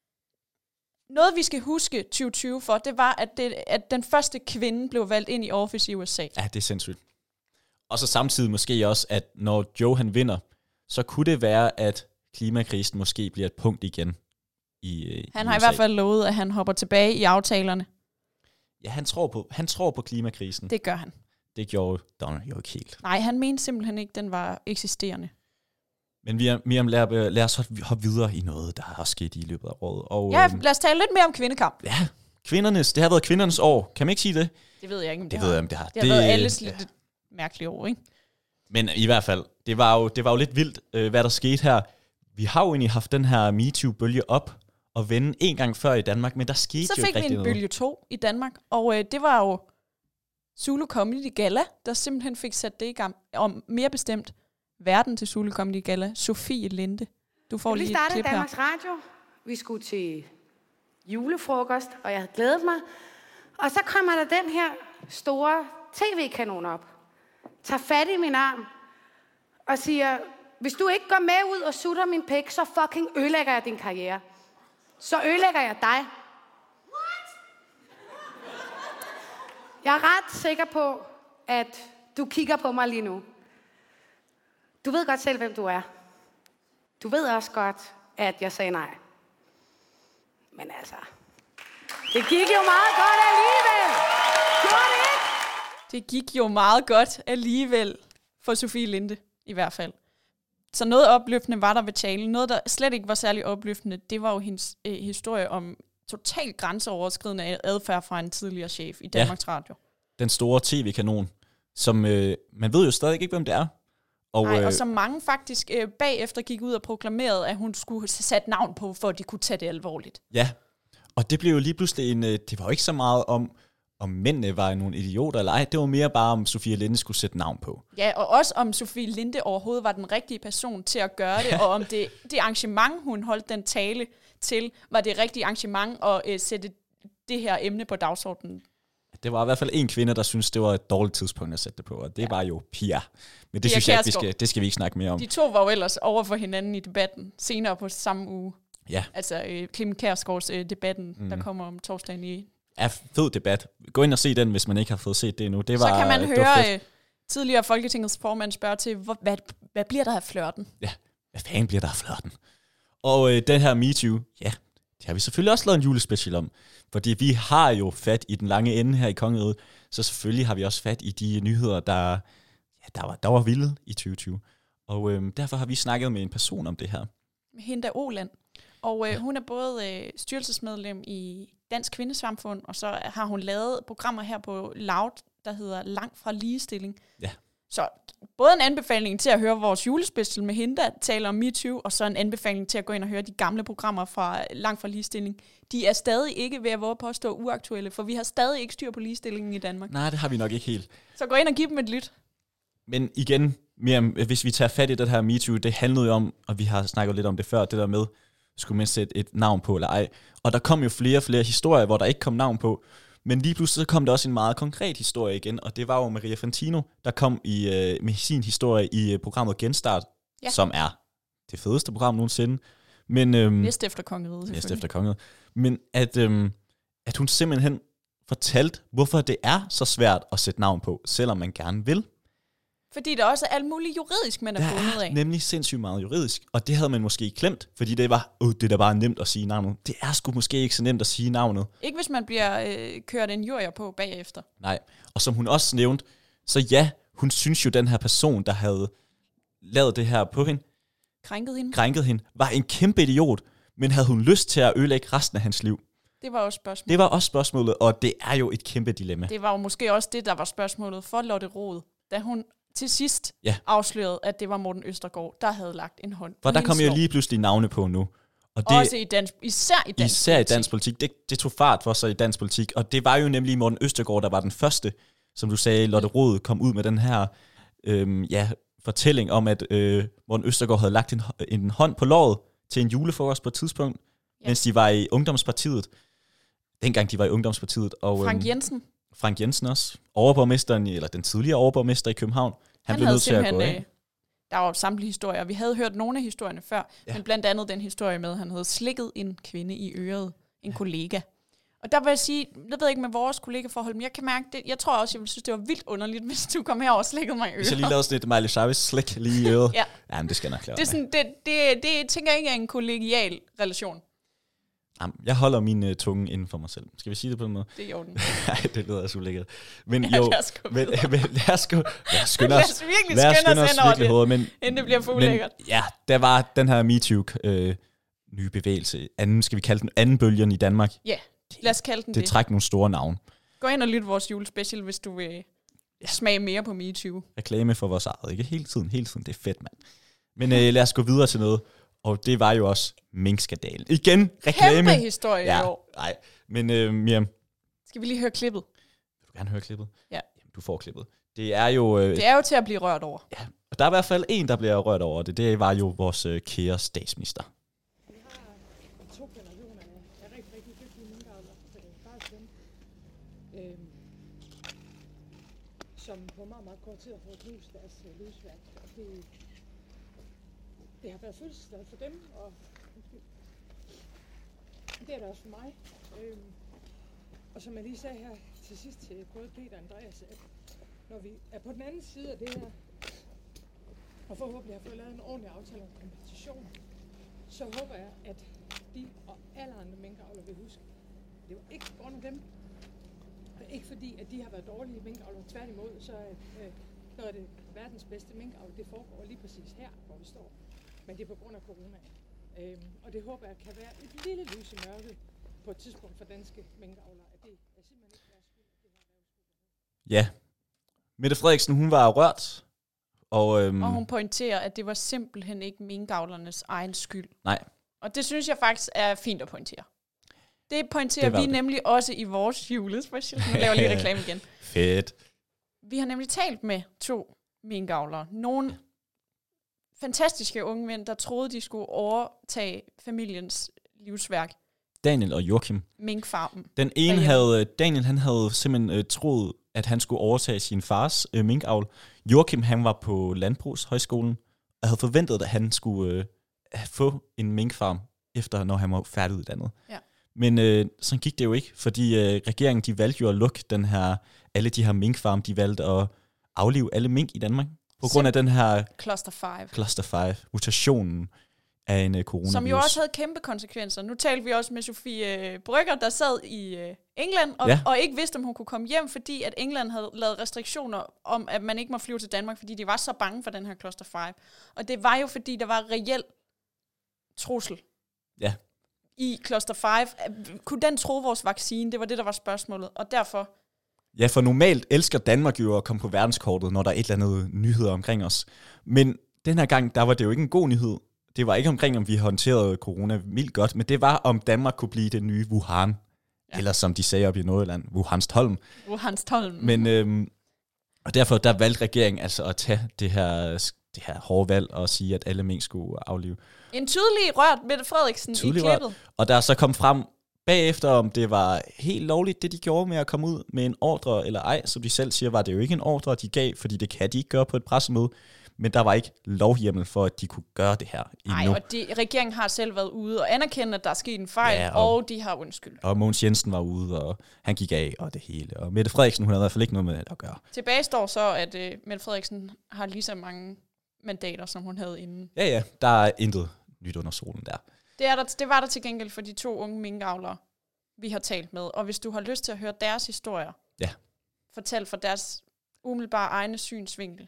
Noget, vi skal huske tyve tyve for, det var, at, det, at den første kvinde blev valgt ind i office i U S A. Ja, det er sindssygt. Og så samtidig måske også, at når Joe han vinder, så kunne det være, at klimakrisen måske bliver et punkt igen i Han i har U S A. i hvert fald lovet, at han hopper tilbage i aftalerne. Ja, han tror på, han tror på klimakrisen. Det gør han. Det gjorde Donald jo ikke helt. Nej, han mente simpelthen ikke, den var eksisterende. Men Miriam, lad, lad os hoppe videre i noget, der har sket i løbet af året. Og, ja, øhm, lad os tale lidt mere om kvindekamp. Ja, kvindernes, det har været kvindernes år. Kan man ikke sige det? Det ved jeg ikke, om det, det har. ved jeg, om det har. Det har det, været alles lidt ja. mærkelige år, ikke? Men i hvert fald, det var jo, det var jo lidt vildt, øh, hvad der skete her. Vi har jo egentlig haft den her MeToo-bølge op og vende en gang før i Danmark, men der skete Så jo ikke rigtig noget. Så fik vi en bølge to i Danmark, og øh, det var jo Zulu Comedy Gala, der simpelthen fik sat det i gang. Og mere bestemt, verden til Zulu Comedy Gala, Sofie Linde. Du får lige et klip her. Danmarks Radio. Vi skulle til julefrokost, og jeg havde glædet mig. Og så kommer der den her store tv-kanon op, tager fat i min arm og siger, hvis du ikke går med ud og sutter min pik, så fucking ødelægger jeg din karriere. Så ødelægger jeg dig. What? Jeg er ret sikker på, at du kigger på mig lige nu. Du ved godt selv, hvem du er. Du ved også godt, at jeg sagde nej. Men altså, det gik jo meget godt alligevel. Gjorde det ikke? Det gik jo meget godt alligevel for Sofie Linde, i hvert fald. Så noget opløftende var der ved talen. Noget, der slet ikke var særlig opløftende, det var jo hendes øh, historie om totalt grænseoverskridende adfærd fra en tidligere chef i Danmarks ja, Radio. Den store tv-kanon, som øh, man ved jo stadig ikke, hvem det er. Og, Nej, øh, og som mange faktisk øh, bagefter gik ud og proklamerede, at hun skulle sætte navn på, for at de kunne tage det alvorligt. Ja, og det blev jo lige pludselig en... Øh, det var jo ikke så meget om, om mændene var nogle idioter eller ej. Det var mere bare, om Sofie Linde skulle sætte navn på. Ja, og også om Sofie Linde overhovedet var den rigtige person til at gøre det, og om det, det arrangement, hun holdt den tale til, var det rigtige arrangement at øh, sætte det her emne på dagsordenen. Det var i hvert fald en kvinde, der syntes, det var et dårligt tidspunkt at sætte det på, og det ja. var jo Pia. Men det Pia synes jeg ikke, vi skal, det skal vi ikke snakke mere om. De to var jo ellers over for hinanden i debatten senere på samme uge. Ja. Altså øh, Clement Kjærsgaards øh, debatten, mm. der kommer om torsdagen i... Ja, fed debat. Gå ind og se den, hvis man ikke har fået set det endnu. Det var, så kan man høre øh, tidligere Folketingets formand spørge til, hvor, hvad, hvad bliver der af flirten? Ja, hvad fanden bliver der af flirten? Og øh, den her MeToo, ja, det har vi selvfølgelig også lavet en julespecial om. Fordi vi har jo fat i den lange ende her i Kongeriget, så selvfølgelig har vi også fat i de nyheder, der, ja, der, var, der var vilde i tyve tyve. Og øh, derfor har vi snakket med en person om det her. Med Hinda Oland. Og øh, hun er både øh, styrelsesmedlem i Dansk Kvindesamfund, og så har hun lavet programmer her på Loud, der hedder Langt fra ligestilling. Ja. Så både en anbefaling til at høre vores julespecial med hende, der taler om MeToo, og så en anbefaling til at gå ind og høre de gamle programmer fra Langt fra ligestilling. De er stadig ikke ved at våge på at stå uaktuelle, for vi har stadig ikke styr på ligestillingen i Danmark. Nej, det har vi nok ikke helt. Så gå ind og giv dem et lyt. Men igen, Miriam, hvis vi tager fat i det her MeToo, det handlede jo om, og vi har snakket lidt om det før, det der med, skulle man sætte et navn på eller ej. Og der kom jo flere og flere historier, hvor der ikke kom navn på. Men lige pludselig så kom der også en meget konkret historie igen, og det var jo Maria Fantino, der kom i, øh, med sin historie i øh, programmet Genstart, ja. Som er det fedeste program nogensinde. Men, øhm, næste efter kongeriget, selvfølgelig. Næste efter kongeriget. Men at, øhm, at hun simpelthen fortalte, hvorfor det er så svært at sætte navn på, selvom man gerne vil. Fordi der også er alt muligt juridisk, man er fundet af. Der er nemlig sindssygt meget juridisk, og det havde man måske glemt, fordi det var, åh, det er da bare nemt at sige navnet. Det er sgu måske ikke så nemt at sige navnet. Ikke hvis man bliver øh, kørt en jurier på bagefter. Nej, og som hun også nævnte, så ja, hun synes jo, den her person, der havde lavet det her på hende, krænket hende, krænket hende var en kæmpe idiot, men havde hun lyst til at ødelægge resten af hans liv? Det var også spørgsmålet. Det var også spørgsmålet, og det er jo et kæmpe dilemma. Det var jo måske også det, der var spørgsmålet for Lotte Rod, da hun til sidst ja. afslørede, at det var Morten Østergaard, der havde lagt en hånd. For der kom jo lige pludselig navne på nu. Og det, også i dansk, især i dansk især politik. i dansk politik. Det, det tog fart for sig i dansk politik, og det var jo nemlig Morten Østergaard, der var den første, som du sagde, Lotte Rod kom ud med den her øhm, ja, fortælling om, at øh, Morten Østergaard havde lagt en, en hånd på låret til en julefrokost på et tidspunkt, ja. mens de var i Ungdomspartiet. Dengang de var i Ungdomspartiet. Og, Frank Jensen. Frank Jensen også. Overborgmesteren, eller den tidligere overborgmester i København. Han, han blev nødt til at gå af. Øh, der var samtlige historier. Vi havde hørt nogle af historierne før, ja. men blandt andet den historie med, at han havde slikket en kvinde i øret, en ja. kollega. Og der vil jeg sige, jeg ved ikke med vores kollegaforhold, men jeg kan mærke det. Jeg tror også, jeg ville synes, det var vildt underligt, hvis du kom her og slikkede mig i øret. Hvis jeg lige lavede sådan et Miley Cyrus slik lige i øret. ja. Jamen, det skal jeg nok klare. Det, er sådan, det, det, det, det tænker jeg ikke er en kollegial relation. Jamen, jeg holder min uh, tunge inden for mig selv. Skal vi sige det på den måde? Det er jo den. Nej, det lyder så ulækkert. Men ja, jo, lad os gå men, men lad os gå. Lad os skynde os. Lad os virkelig skynde os hen over det, hovedet, men, inden det bliver for ulækkert. Men, ja, der var den her MeToo øh, nye bevægelse. Anden, skal vi kalde den anden bølgen i Danmark? Ja, lad os kalde den det. Det trækker nogle store navne. Gå ind og lyt vores julespecial, hvis du vil ja. smage mere på MeToo. Reklame for vores eget, ikke? Hele tiden, hele tiden. Det er fedt, mand. Men øh, lad os gå videre til noget. Og det var jo også minkskandalen. Igen, reklame. Kæmpe historie ja, i år. Nej, men øh, Miriam. Skal vi lige høre klippet? Vil du gerne høre klippet? Ja. Jamen, du får klippet. Det er jo... Øh, det er jo til at blive rørt over. Ja, og der er i hvert fald en, der bliver rørt over det. Det var jo vores øh, kære statsminister. Vi har to generationer af rigtig, rigtig dygtige minkavlere, faktisk dem, øh, som på meget, meget kort tid har fået knust deres øh, livsværk. Det, det har været fødselsdag for dem, og det er det også for mig. Øhm, og som jeg lige sagde her til sidst til både Peter og Andreas, at når vi er på den anden side af det her, og forhåbentlig har fået lavet en ordentlig aftale om kompensation, så håber jeg, at de og alle andre minkavlere vil huske, det var ikke på grund af dem. Og ikke fordi, at de har været dårlige minkavlere. Tværtimod, så er øh, noget af det verdens bedste minkavl, det foregår lige præcis her, hvor vi står. Men det er på grund af corona. Øhm, og det håber jeg kan være et lille lys i mørket på et tidspunkt for danske minkavlere. At det er simpelthen ikke deres skyld. Det har ja. Mette Frederiksen, hun var rørt. Og, øhm, og hun pointerer, at det var simpelthen ikke minkavlernes egen skyld. Nej. Og det synes jeg faktisk er fint at pointere. Det pointerer det vi det. nemlig også i vores julespecial. Nu laver lige reklame igen. Fedt. Vi har nemlig talt med to minkavlere. Nogle ja. fantastiske unge mænd, der troede, de skulle overtage familiens livsværk. Daniel og Joachim. Minkfarmen. Den ene havde, Daniel han havde simpelthen uh, troet, at han skulle overtage sin fars uh, minkavl. Joachim han var på Landbrugshøjskolen, og havde forventet, at han skulle uh, få en minkfarm, efter når han var færdiguddannet. Ja. Men øh, sådan gik det jo ikke, fordi øh, regeringen de valgte jo at lukke den her, alle de her minkfarme, de valgte at aflive alle mink i Danmark. På grund af den her Cluster fem. Cluster fem, mutationen af en uh, coronavirus. Som jo også havde kæmpe konsekvenser. Nu talte vi også med Sofie Brygger, der sad i uh, England, og, ja. og ikke vidste, om hun kunne komme hjem, fordi at England havde lavet restriktioner om, at man ikke må flyve til Danmark, fordi de var så bange for den her Cluster fem. Og det var jo, fordi der var reel trussel. Ja. i Cluster fem. Kunne den tro vores vaccine? Det var det, der var spørgsmålet. Og derfor... Ja, for normalt elsker Danmark jo at komme på verdenskortet, når der er et eller andet nyheder omkring os. Men den her gang, der var det jo ikke en god nyhed. Det var ikke omkring, om vi håndterede corona mildt godt, men det var, om Danmark kunne blive det nye Wuhan. Ja. Eller som de sagde op i Nordjylland, Wuhanstholm. Wuhanstholm. Men, øhm, og derfor der valgte regeringen altså at tage det her, det her hårde valg og sige, at alle mink skulle aflive. En tydelig rørt Mette Frederiksen tydelig i klippet. Rørt. Og der så kom frem bagefter, om det var helt lovligt, det de gjorde med at komme ud med en ordre eller ej. Som de selv siger, var det jo ikke en ordre, de gav, fordi det kan de ikke gøre på et pressemøde. Men der var ikke lovhjemmel for, at de kunne gøre det her endnu. Nej, og de, regeringen har selv været ude og anerkendt, at der er sket en fejl, ja, og, og de har undskyld. Og Mogens Jensen var ude, og han gik af, og det hele. Og Mette Frederiksen, hun havde i hvert fald ikke noget med det at gøre. Tilbage står så, at uh, Mette Frederiksen har lige så mange mandater, som hun havde inden. Ja, ja, der er intet nyt under solen der. Det, er der, det var der til gengæld for de to unge minkavlere, vi har talt med. Og hvis du har lyst til at høre deres historier, ja. fortæl fra deres umiddelbare egne synsvinkel,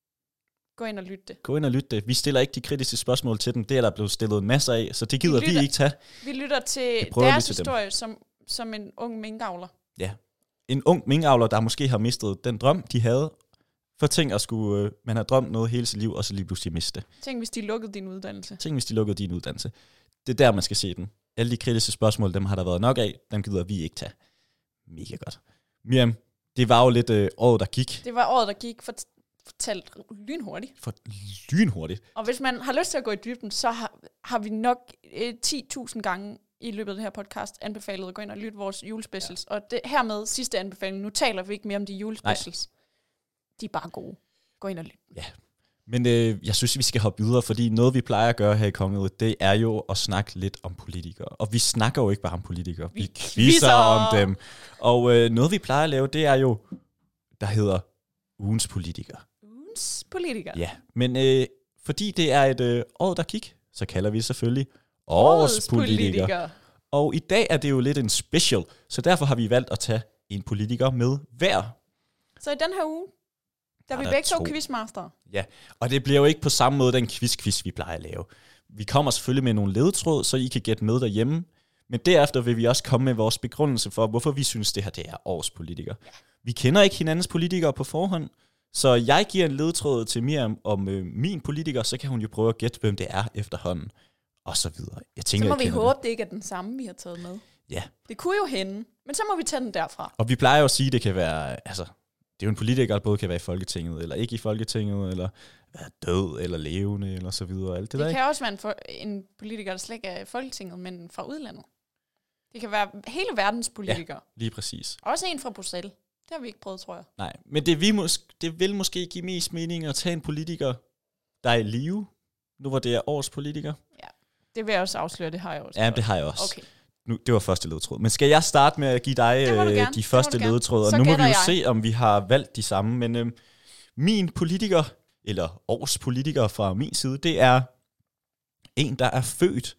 gå ind og lyt det. Gå ind og lyt det. Vi stiller ikke de kritiske spørgsmål til dem. Det er der blevet stillet masser af, så det gider vi, lytter, vi ikke tage. Vi lytter til deres historie som, som en ung minkavler. Ja. En ung minkavler, der måske har mistet den drøm, de havde. For tænk at skulle, øh, man har drømt noget hele sit liv, og så lige pludselig miste. Tænk, hvis de lukkede din uddannelse. Tænk, hvis de lukkede din uddannelse. Det er der, man skal se den. Alle de kritiske spørgsmål, dem har der været nok af. Dem gider vi ikke tage. Mega godt. Miriam, det var jo lidt øh, året, der gik. Det var året, der gik. For fortalt lynhurtigt. For lynhurtigt. Og hvis man har lyst til at gå i dybden, så har, har vi nok eh, ti tusind gange i løbet af det her podcast anbefalet at gå ind og lytte vores julespecials. Ja. Og det, hermed sidste anbefaling. Nu taler vi ikke mere om de julespecials. Nej. De er bare gode. Gå ind og lytte. Ja. Men øh, jeg synes, vi skal hoppe videre, fordi noget, vi plejer at gøre her i Kongeriget, det er jo at snakke lidt om politikere. Og vi snakker jo ikke bare om politikere. Vi, vi quizzer om dem. Og øh, noget, vi plejer at lave, det er jo, der hedder ugens politiker. Ugens politiker? Ja, men øh, fordi det er et øh, år, der gik, så kalder vi selvfølgelig årets politiker. politiker. Og i dag er det jo lidt en special, så derfor har vi valgt at tage en politiker med hver. Så i den her uge, der er vi begge to quizmaster. Ja, og det bliver jo ikke på samme måde den quiz-quiz, vi plejer at lave. Vi kommer selvfølgelig med nogle ledetråd, så I kan gætte med derhjemme. Men derefter vil vi også komme med vores begrundelse for, hvorfor vi synes, det her det er årets politiker. Ja. Vi kender ikke hinandens politikere på forhånd, så jeg giver en ledetråd til Miriam om øh, min politiker, så kan hun jo prøve at gætte, hvem det er efterhånden, og så videre. Jeg tænker, så må jeg vi håbe, det. det ikke er den samme, vi har taget med. Ja. Det kunne jo hende, men så må vi tage den derfra. Og vi plejer jo at sige, at det kan være, altså, det er jo en politiker, der både kan være i Folketinget, eller ikke i Folketinget, eller være død, eller levende, eller så videre. Alt det, det der, kan ikke? også være en, for, en politiker, der slet ikke er i Folketinget, men fra udlandet. Det kan være hele verdens politikere. Ja, lige præcis. Også en fra Bruxelles. Det har vi ikke prøvet, tror jeg. Nej, men det, vi mås- det vil måske give mest mening at tage en politiker, der er i live, nu hvor det er årets politiker. Ja, det vil jeg også afsløre, det har jeg også. Ja, det har jeg også. Okay. Nu, det var første ledetråd. Men skal jeg starte med at give dig øh, de første ledetråd? Og nu må vi jo jeg. se, om vi har valgt de samme. Men øh, min politiker, eller års politiker fra min side, det er en, der er født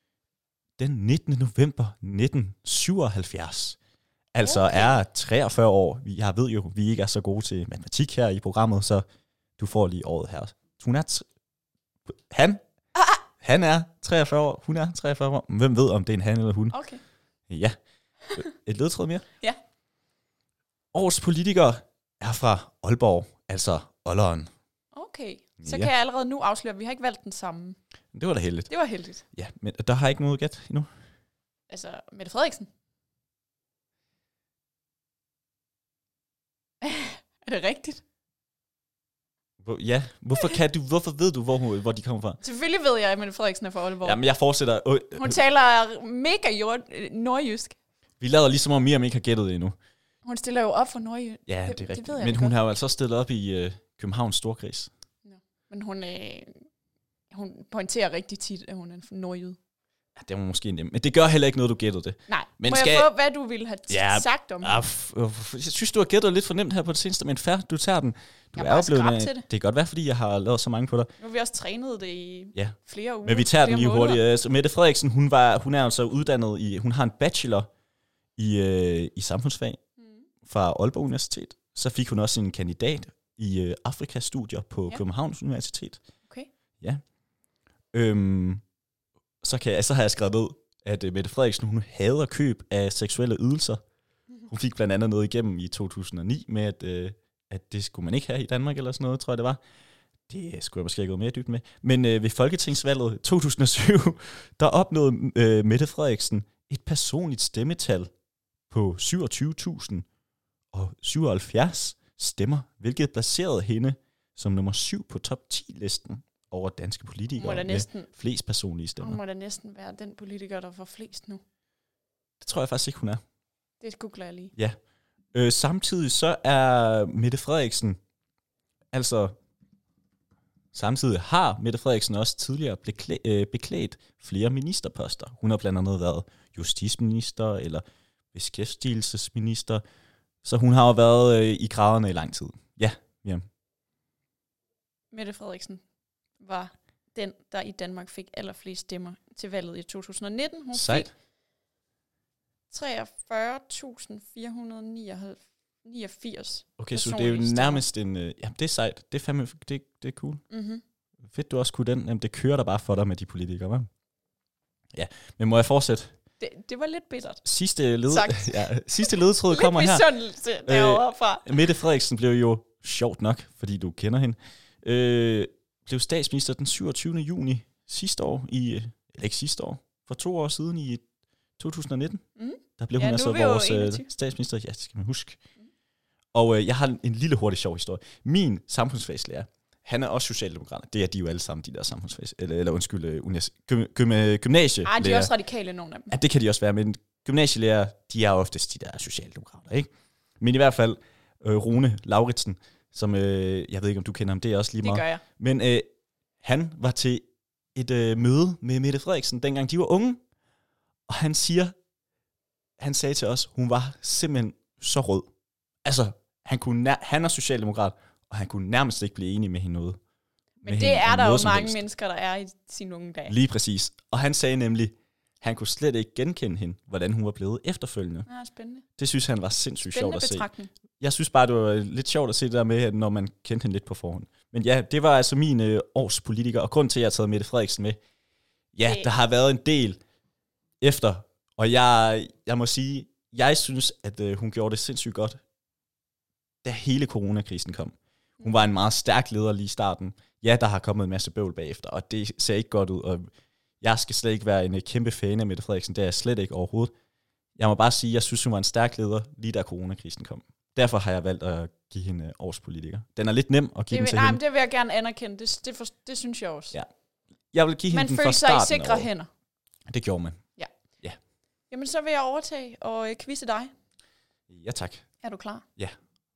den nittende november nitten syvoghalvfjerds. Altså okay. er treogfyrre år. Jeg ved jo, vi ikke er så gode til matematik her i programmet, så du får lige året her. Hun er t- han, ah. han er treogfyrre år, hun er treogfyrre år. Hvem ved, om det er en han eller hun? Okay. Ja. Et ledtråd mere? Ja. Årets politiker er fra Aalborg, altså Olleren. Okay, så ja. kan jeg allerede nu afsløre, at vi har ikke valgt den samme. Det var da heldigt. Det var heldigt. Ja, men der har ikke noget gæt endnu. Altså, Mette Frederiksen. Er det rigtigt? Hvor, ja, hvorfor kan du, hvorfor ved du, hvor, hvor de kommer fra? Selvfølgelig ved jeg, at Mette Frederiksen er fra Aalborg. Jamen, jeg fortsætter. Øh, Hun taler mega jord, nordjysk. Vi lader ligesom om Miriam ikke har gættet det endnu. Hun stiller jo op for nordjysk. Ja, det, det er rigtigt. Det men hun godt. har jo altså stillet op i øh, Københavns Storkreds. Ja. Men hun, øh, hun pointerer rigtig tit, at hun er nordjyde. Ja, det var måske nemt. Men det gør heller ikke noget, du gættede det. Nej. Men må skal jeg få, hvad du ville have ja, sagt om ja, f- f- Jeg synes, du har gættet lidt for nemt her på det seneste, men fair, du tager den. Du jeg er jo blevet til det. Det kan godt være, fordi jeg har lavet så mange på dig. Nu har vi også trænet det i ja. flere uger. Men vi tager den lige hurtigt. Altså, Mette Frederiksen, hun, var, hun er altså uddannet i, hun har en bachelor i, øh, i samfundsfag mm. fra Aalborg Universitet. Så fik hun også en kandidat i øh, Afrikastudier på ja. Københavns Universitet. Okay. Ja. Øhm, så, kan jeg, så har jeg skrevet ned, at uh, Mette Frederiksen, hun hader køb af seksuelle ydelser. Hun fik blandt andet noget igennem i to tusind og ni med, at, uh, at det skulle man ikke have i Danmark, eller sådan noget, tror jeg det var. Det skulle jeg måske ikke gå mere dybt med. Men uh, ved folketingsvalget to tusind og syv, der opnåede uh, Mette Frederiksen et personligt stemmetal på syvogtyve tusind og syvoghalvfjerds stemmer, hvilket placerede hende som nummer syv på top ti-listen over danske politikere med næsten, flest personlige stemmer. Hun må da næsten være den politiker, der får flest nu. Det tror jeg faktisk ikke, hun er. Det googler jeg lige. Ja. Øh, samtidig så er Mette Frederiksen, altså samtidig har Mette Frederiksen også tidligere beklæ- øh, beklædt flere ministerposter. Hun har blandt andet været justitsminister eller beskæftigelsesminister, så hun har jo været øh, i graderne i lang tid. Ja, ja. Mette Frederiksen var den, der i Danmark fik allerflest stemmer til valget i to tusind og nitten. Hun Sejt. fik treogfyrre tusind fire hundrede og niogfirs. Okay, så det er jo nærmest en... Øh, ja, det er sejt. Det er fandme... Det, det er cool. Mm-hmm. Fedt, du også kunne den. Jamen, det kører der bare for dig med de politikere, hva'? Ja, men må jeg fortsætte? Det, det var lidt bittert. Sidste, led, ja, sidste ledetråd kommer her. Lidt misundelse derovre fra. Øh, Mette Frederiksen blev jo, sjovt nok, fordi du kender hende, øh, blev statsminister den syvogtyvende juni sidste år, i, eller ikke sidste år, for to år siden i to tusind og nitten. Mm. Der blev ja, hun altså vores øh, statsminister. Ja, det skal man huske. Mm. Og øh, jeg har en lille hurtig sjov historie. Min samfundsfagslærer, han er også socialdemokrat. Det er de jo alle sammen, de der samfundsfags... Eller, eller undskyld, øh, unis, gym, gym, gymnasie. Ej, de er også radikale, nogle af dem. Ja, det kan de også være, men gymnasielærer, de er oftest de der socialdemokrater, ikke? Men i hvert fald, øh, Rune Lauritsen, som, øh, jeg ved ikke, om du kender ham, det er også lige meget. Det gør jeg. Men øh, han var til et øh, møde med Mette Frederiksen, dengang de var unge, og han siger, han sagde til os, hun var simpelthen så rød. Altså, han, kunne nær- han er socialdemokrat, og han kunne nærmest ikke blive enig med hende noget. Men det er der jo mange helst. mennesker, der er i sine unge dage. Lige præcis. Og han sagde nemlig, han kunne slet ikke genkende hende, hvordan hun var blevet efterfølgende. Ja, spændende. Det synes han var sindssygt spændende sjovt at betragtning. se. Jeg synes bare, det var lidt sjovt at se det der med, når man kendte hende lidt på forhånd. Men ja, det var altså min øh, års politiker, og grund til, at jeg har taget Mette Frederiksen med. Ja, det. Der har været en del efter, og jeg, jeg må sige, jeg synes, at øh, hun gjorde det sindssygt godt, da hele coronakrisen kom. Hun var en meget stærk leder lige i starten. Ja, der har kommet en masse bøvl bagefter, og det ser ikke godt ud, og jeg skal slet ikke være en kæmpe fan af Mette Frederiksen, det er jeg slet ikke overhovedet. Jeg må bare sige, at jeg synes, hun var en stærk leder, lige da coronakrisen kom. Derfor har jeg valgt at give hende årspolitiker. Den er lidt nem at give det den til nej, hende. Nej, det vil jeg gerne anerkende. Det, det, for, det synes jeg også. Ja. Jeg vil give hende man den fra starten. Man føler sig i sikre hænder. Det gjorde man. Ja. ja. Jamen, så vil jeg overtage og øh, quizze dig. Ja, tak. Er du klar? Ja.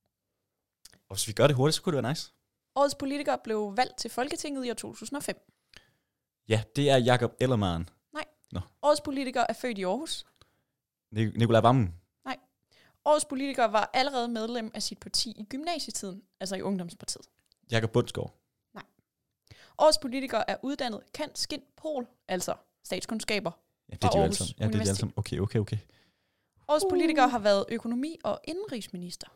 Og hvis vi gør det hurtigt, så kunne det være nice. Årets politiker blev valgt til Folketinget i år to tusind og fem. Ja, det er Jakob Ellemann. Nej. Nå. Årets politiker er født i Aarhus. Nikolaj Wammen. Nej. Årets politiker var allerede medlem af sit parti i gymnasietiden, altså i Ungdomspartiet. Jakob Bundsgaard. Nej. Årets politiker er uddannet Kant Skin Pol, altså statskundskaber. Ja, det er de jo alle sammen. Ja, det er de alle sammen. Okay, okay, okay. Årets uh. politiker har været økonomi- og indenrigsminister.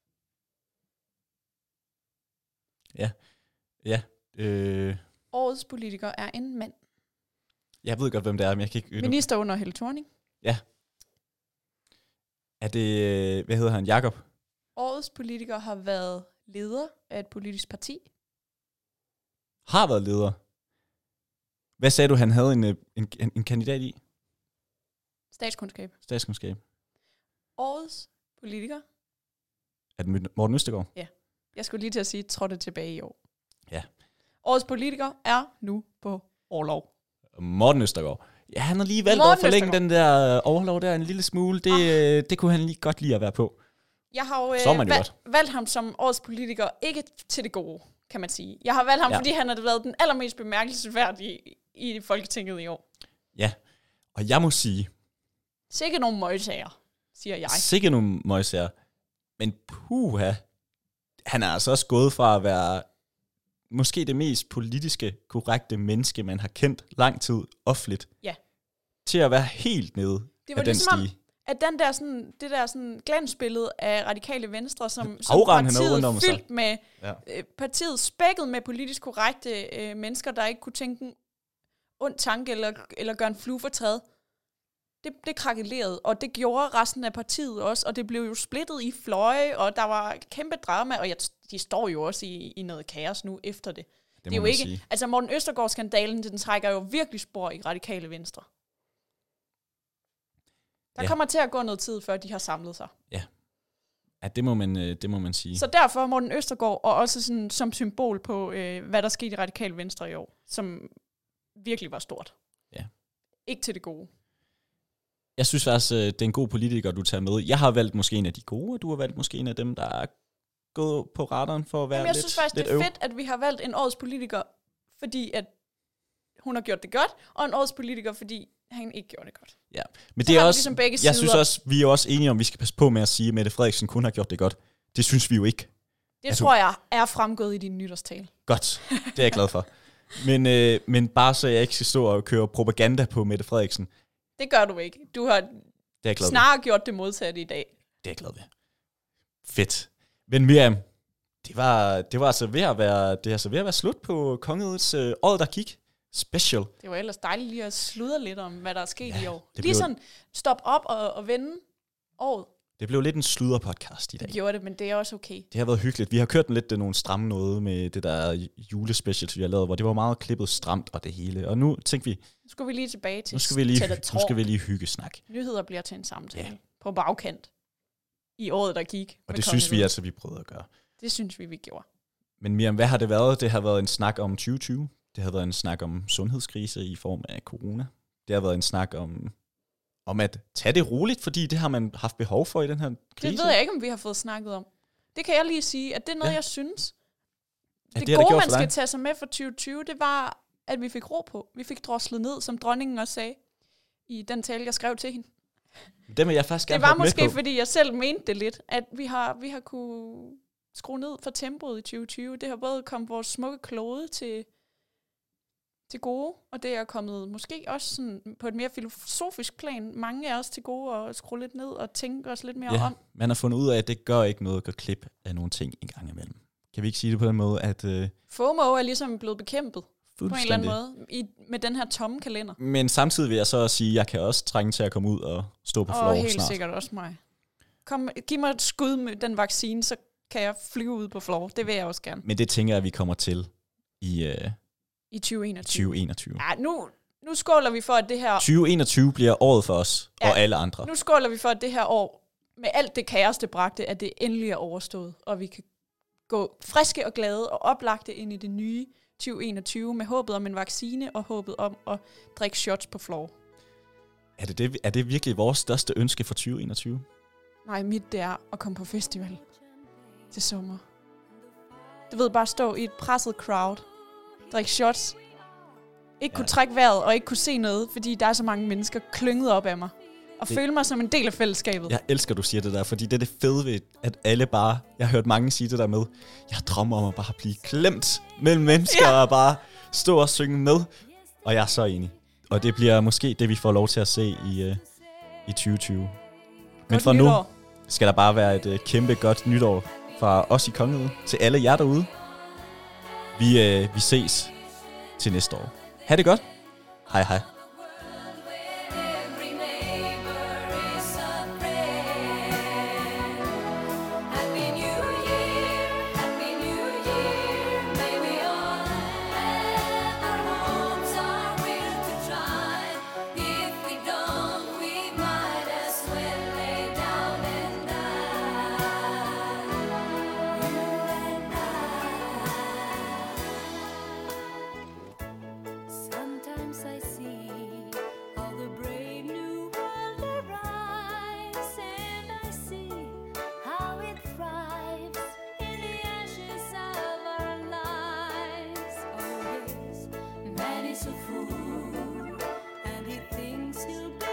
Ja, ja. Øh. Årets politiker er en mand. Jeg ved godt, hvem det er, men jeg kan ikke... Minister under Helle Thorning. Ja. Er det... Hvad hedder han? Jakob? Årets politiker har været leder af et politisk parti. Har været leder? Hvad sagde du, han havde en, en, en, en kandidat i? Statskundskab. Statskundskab. Årets politiker. Er det Morten Østergaard? Ja. Jeg skulle lige til at sige, trådte tilbage i år. Ja. Årets politiker er nu på orlov. Morten Østergaard. Ja, han har lige valgt Morten at forlænge den der orlov der en lille smule. Det, ah. det kunne han lige godt lide at være på. Jeg har jo øh, valg, valgt ham som årets politiker, ikke til det gode, kan man sige. Jeg har valgt ham, ja. fordi han har været den allermest bemærkelsesværdige i, i Folketinget i år. Ja, og jeg må sige... Sikke nogle møgsager, siger jeg. Sikke nogle møgsager. Men puha, han er altså også gået fra at være måske det mest politiske, korrekte menneske, man har kendt lang tid offentligt, ja. til at være helt nede det var af den ligesom stige. Om, at den der sådan, det der sådan glansbillede af Radikale Venstre, som, som partiet fyldt med, ja. øh, partiet spækket med politisk korrekte øh, mennesker, der ikke kunne tænke en ond tanke eller, eller gøre en flue for træd. det, det krakelerede, og det gjorde resten af partiet også, og det blev jo splittet i fløje, og der var kæmpe drama, og jeg, de står jo også i, i noget kaos nu efter det. Det, det er jo ikke, sige. Altså Morten Østergaard-skandalen, den trækker jo virkelig spor i Radikale Venstre. Der ja. kommer til at gå noget tid, før de har samlet sig. Ja, ja det, må man, det må man sige. Så derfor Morten Østergaard, og også sådan, som symbol på, øh, hvad der skete i Radikale Venstre i år, som virkelig var stort. Ja. Ikke til det gode. Jeg synes faktisk, det er en god politiker, du tager med. Jeg har valgt måske en af de gode, og du har valgt måske en af dem, der er gået på radaren for at være Jamen, jeg lidt synes faktisk, det er øv. fedt, at vi har valgt en årets politiker, fordi at hun har gjort det godt, og en årets politiker, fordi han ikke gjorde det godt. Ja, men så det er også, ligesom begge jeg sider. synes også, vi er også enige om, at vi skal passe på med at sige, at Mette Frederiksen kun har gjort det godt. Det synes vi jo ikke. Det altså, tror jeg er fremgået i din nytårstale. Godt, det er jeg glad for. Men, øh, men bare så jeg ikke skal stå og køre propaganda på Mette Frederiksen. Det gør du ikke. Du har snarere gjort det modsatte i dag. Det er jeg glad ved. Fedt. Men Miriam, det var, det var altså ved at være, det er altså ved at være slut på Kongerigets øh, året, der gik. Special. Det var ellers dejligt lige at sludre lidt om, hvad der er sket ja, i år. Lige blev, sådan stop op og, og vende året. Det blev lidt en sludderpodcast i dag. Det gjorde det, men det er også okay. Det har været hyggeligt. Vi har kørt lidt nogle stramme noget med det der julespecial, vi har lavet, hvor det var meget klippet stramt og det hele. Og nu tænkte vi... Nu skal vi lige tilbage til nu skal vi lige, til nu skal vi lige hygge snak. Nyheder bliver til en samtale. Ja. På bagkant. I året, der gik. Og det synes vi altså, vi prøvede at gøre. Det synes vi, vi gjorde. Men Miriam, hvad har det været? Det har været en snak om tyve tyve. Det har været en snak om sundhedskrise i form af corona. Det har været en snak om... om at tage det roligt, fordi det har man haft behov for i den her krise. Det ved jeg ikke, om vi har fået snakket om. Det kan jeg lige sige, at det er noget, ja. jeg synes. Ja, det, det gode, det man skal tage sig med for tyve tyve, det var, at vi fik ro på. Vi fik droslet ned, som dronningen også sagde, i den tale, jeg skrev til hende. Det vil jeg faktisk gerne Det var måske, fordi jeg selv mente det lidt, at vi har, vi har kunne skrue ned for tempoet i tyve tyve. Det har både kommet vores smukke klode til... til gode, og det er kommet måske også sådan på et mere filosofisk plan, mange af os til gode at skrue lidt ned og tænke os lidt mere ja, om. Man har fundet ud af, at det gør ikke noget at gå klip af nogle ting en gang imellem. Kan vi ikke sige det på den måde, at... Uh, FOMO er ligesom blevet bekæmpet på en eller anden måde i, med den her tomme kalender. Men samtidig vil jeg så sige, at jeg kan også trænge til at komme ud og stå på floor snart. Og helt snart. sikkert også mig. Kom, giv mig et skud med den vaccine, så kan jeg flyve ud på floor. Det vil jeg også gerne. Men det tænker jeg, at vi kommer til i... Uh, I tyve enogtyve. tyve enogtyve. Ja, nu, nu skåler vi for, at det her... tyve enogtyve bliver året for os, ja, og alle andre. Nu skåler vi for, at det her år, med alt det kaos, det bragte, at det endelig er overstået, og vi kan gå friske og glade og oplagte ind i det nye tyve enogtyve, med håbet om en vaccine, og håbet om at drikke shots på floor. Er det, det, er det virkelig vores største ønske for tyve enogtyve? Nej, mit det er at komme på festival til sommer. Du ved, bare stå i et presset crowd, drikke shots, ikke ja. kunne trække vejret og ikke kunne se noget, fordi der er så mange mennesker klynget op af mig. Og det, føle mig som en del af fællesskabet. Jeg elsker, du siger det der, fordi det er det fede ved, at alle bare... Jeg har hørt mange sige det der med, jeg drømmer om at bare blive klemt mellem mennesker, ja. og bare stå og synge med. Og jeg er så enig. Og det bliver måske det, vi får lov til at se i, uh, i tyve tyve. Men godt for nytår. Nu skal der bare være et uh, kæmpe godt nytår fra os i Kongeriget til alle jer derude. Vi, uh, vi ses til næste år. Ha' det godt. Hej hej. So fool, and he thinks he'll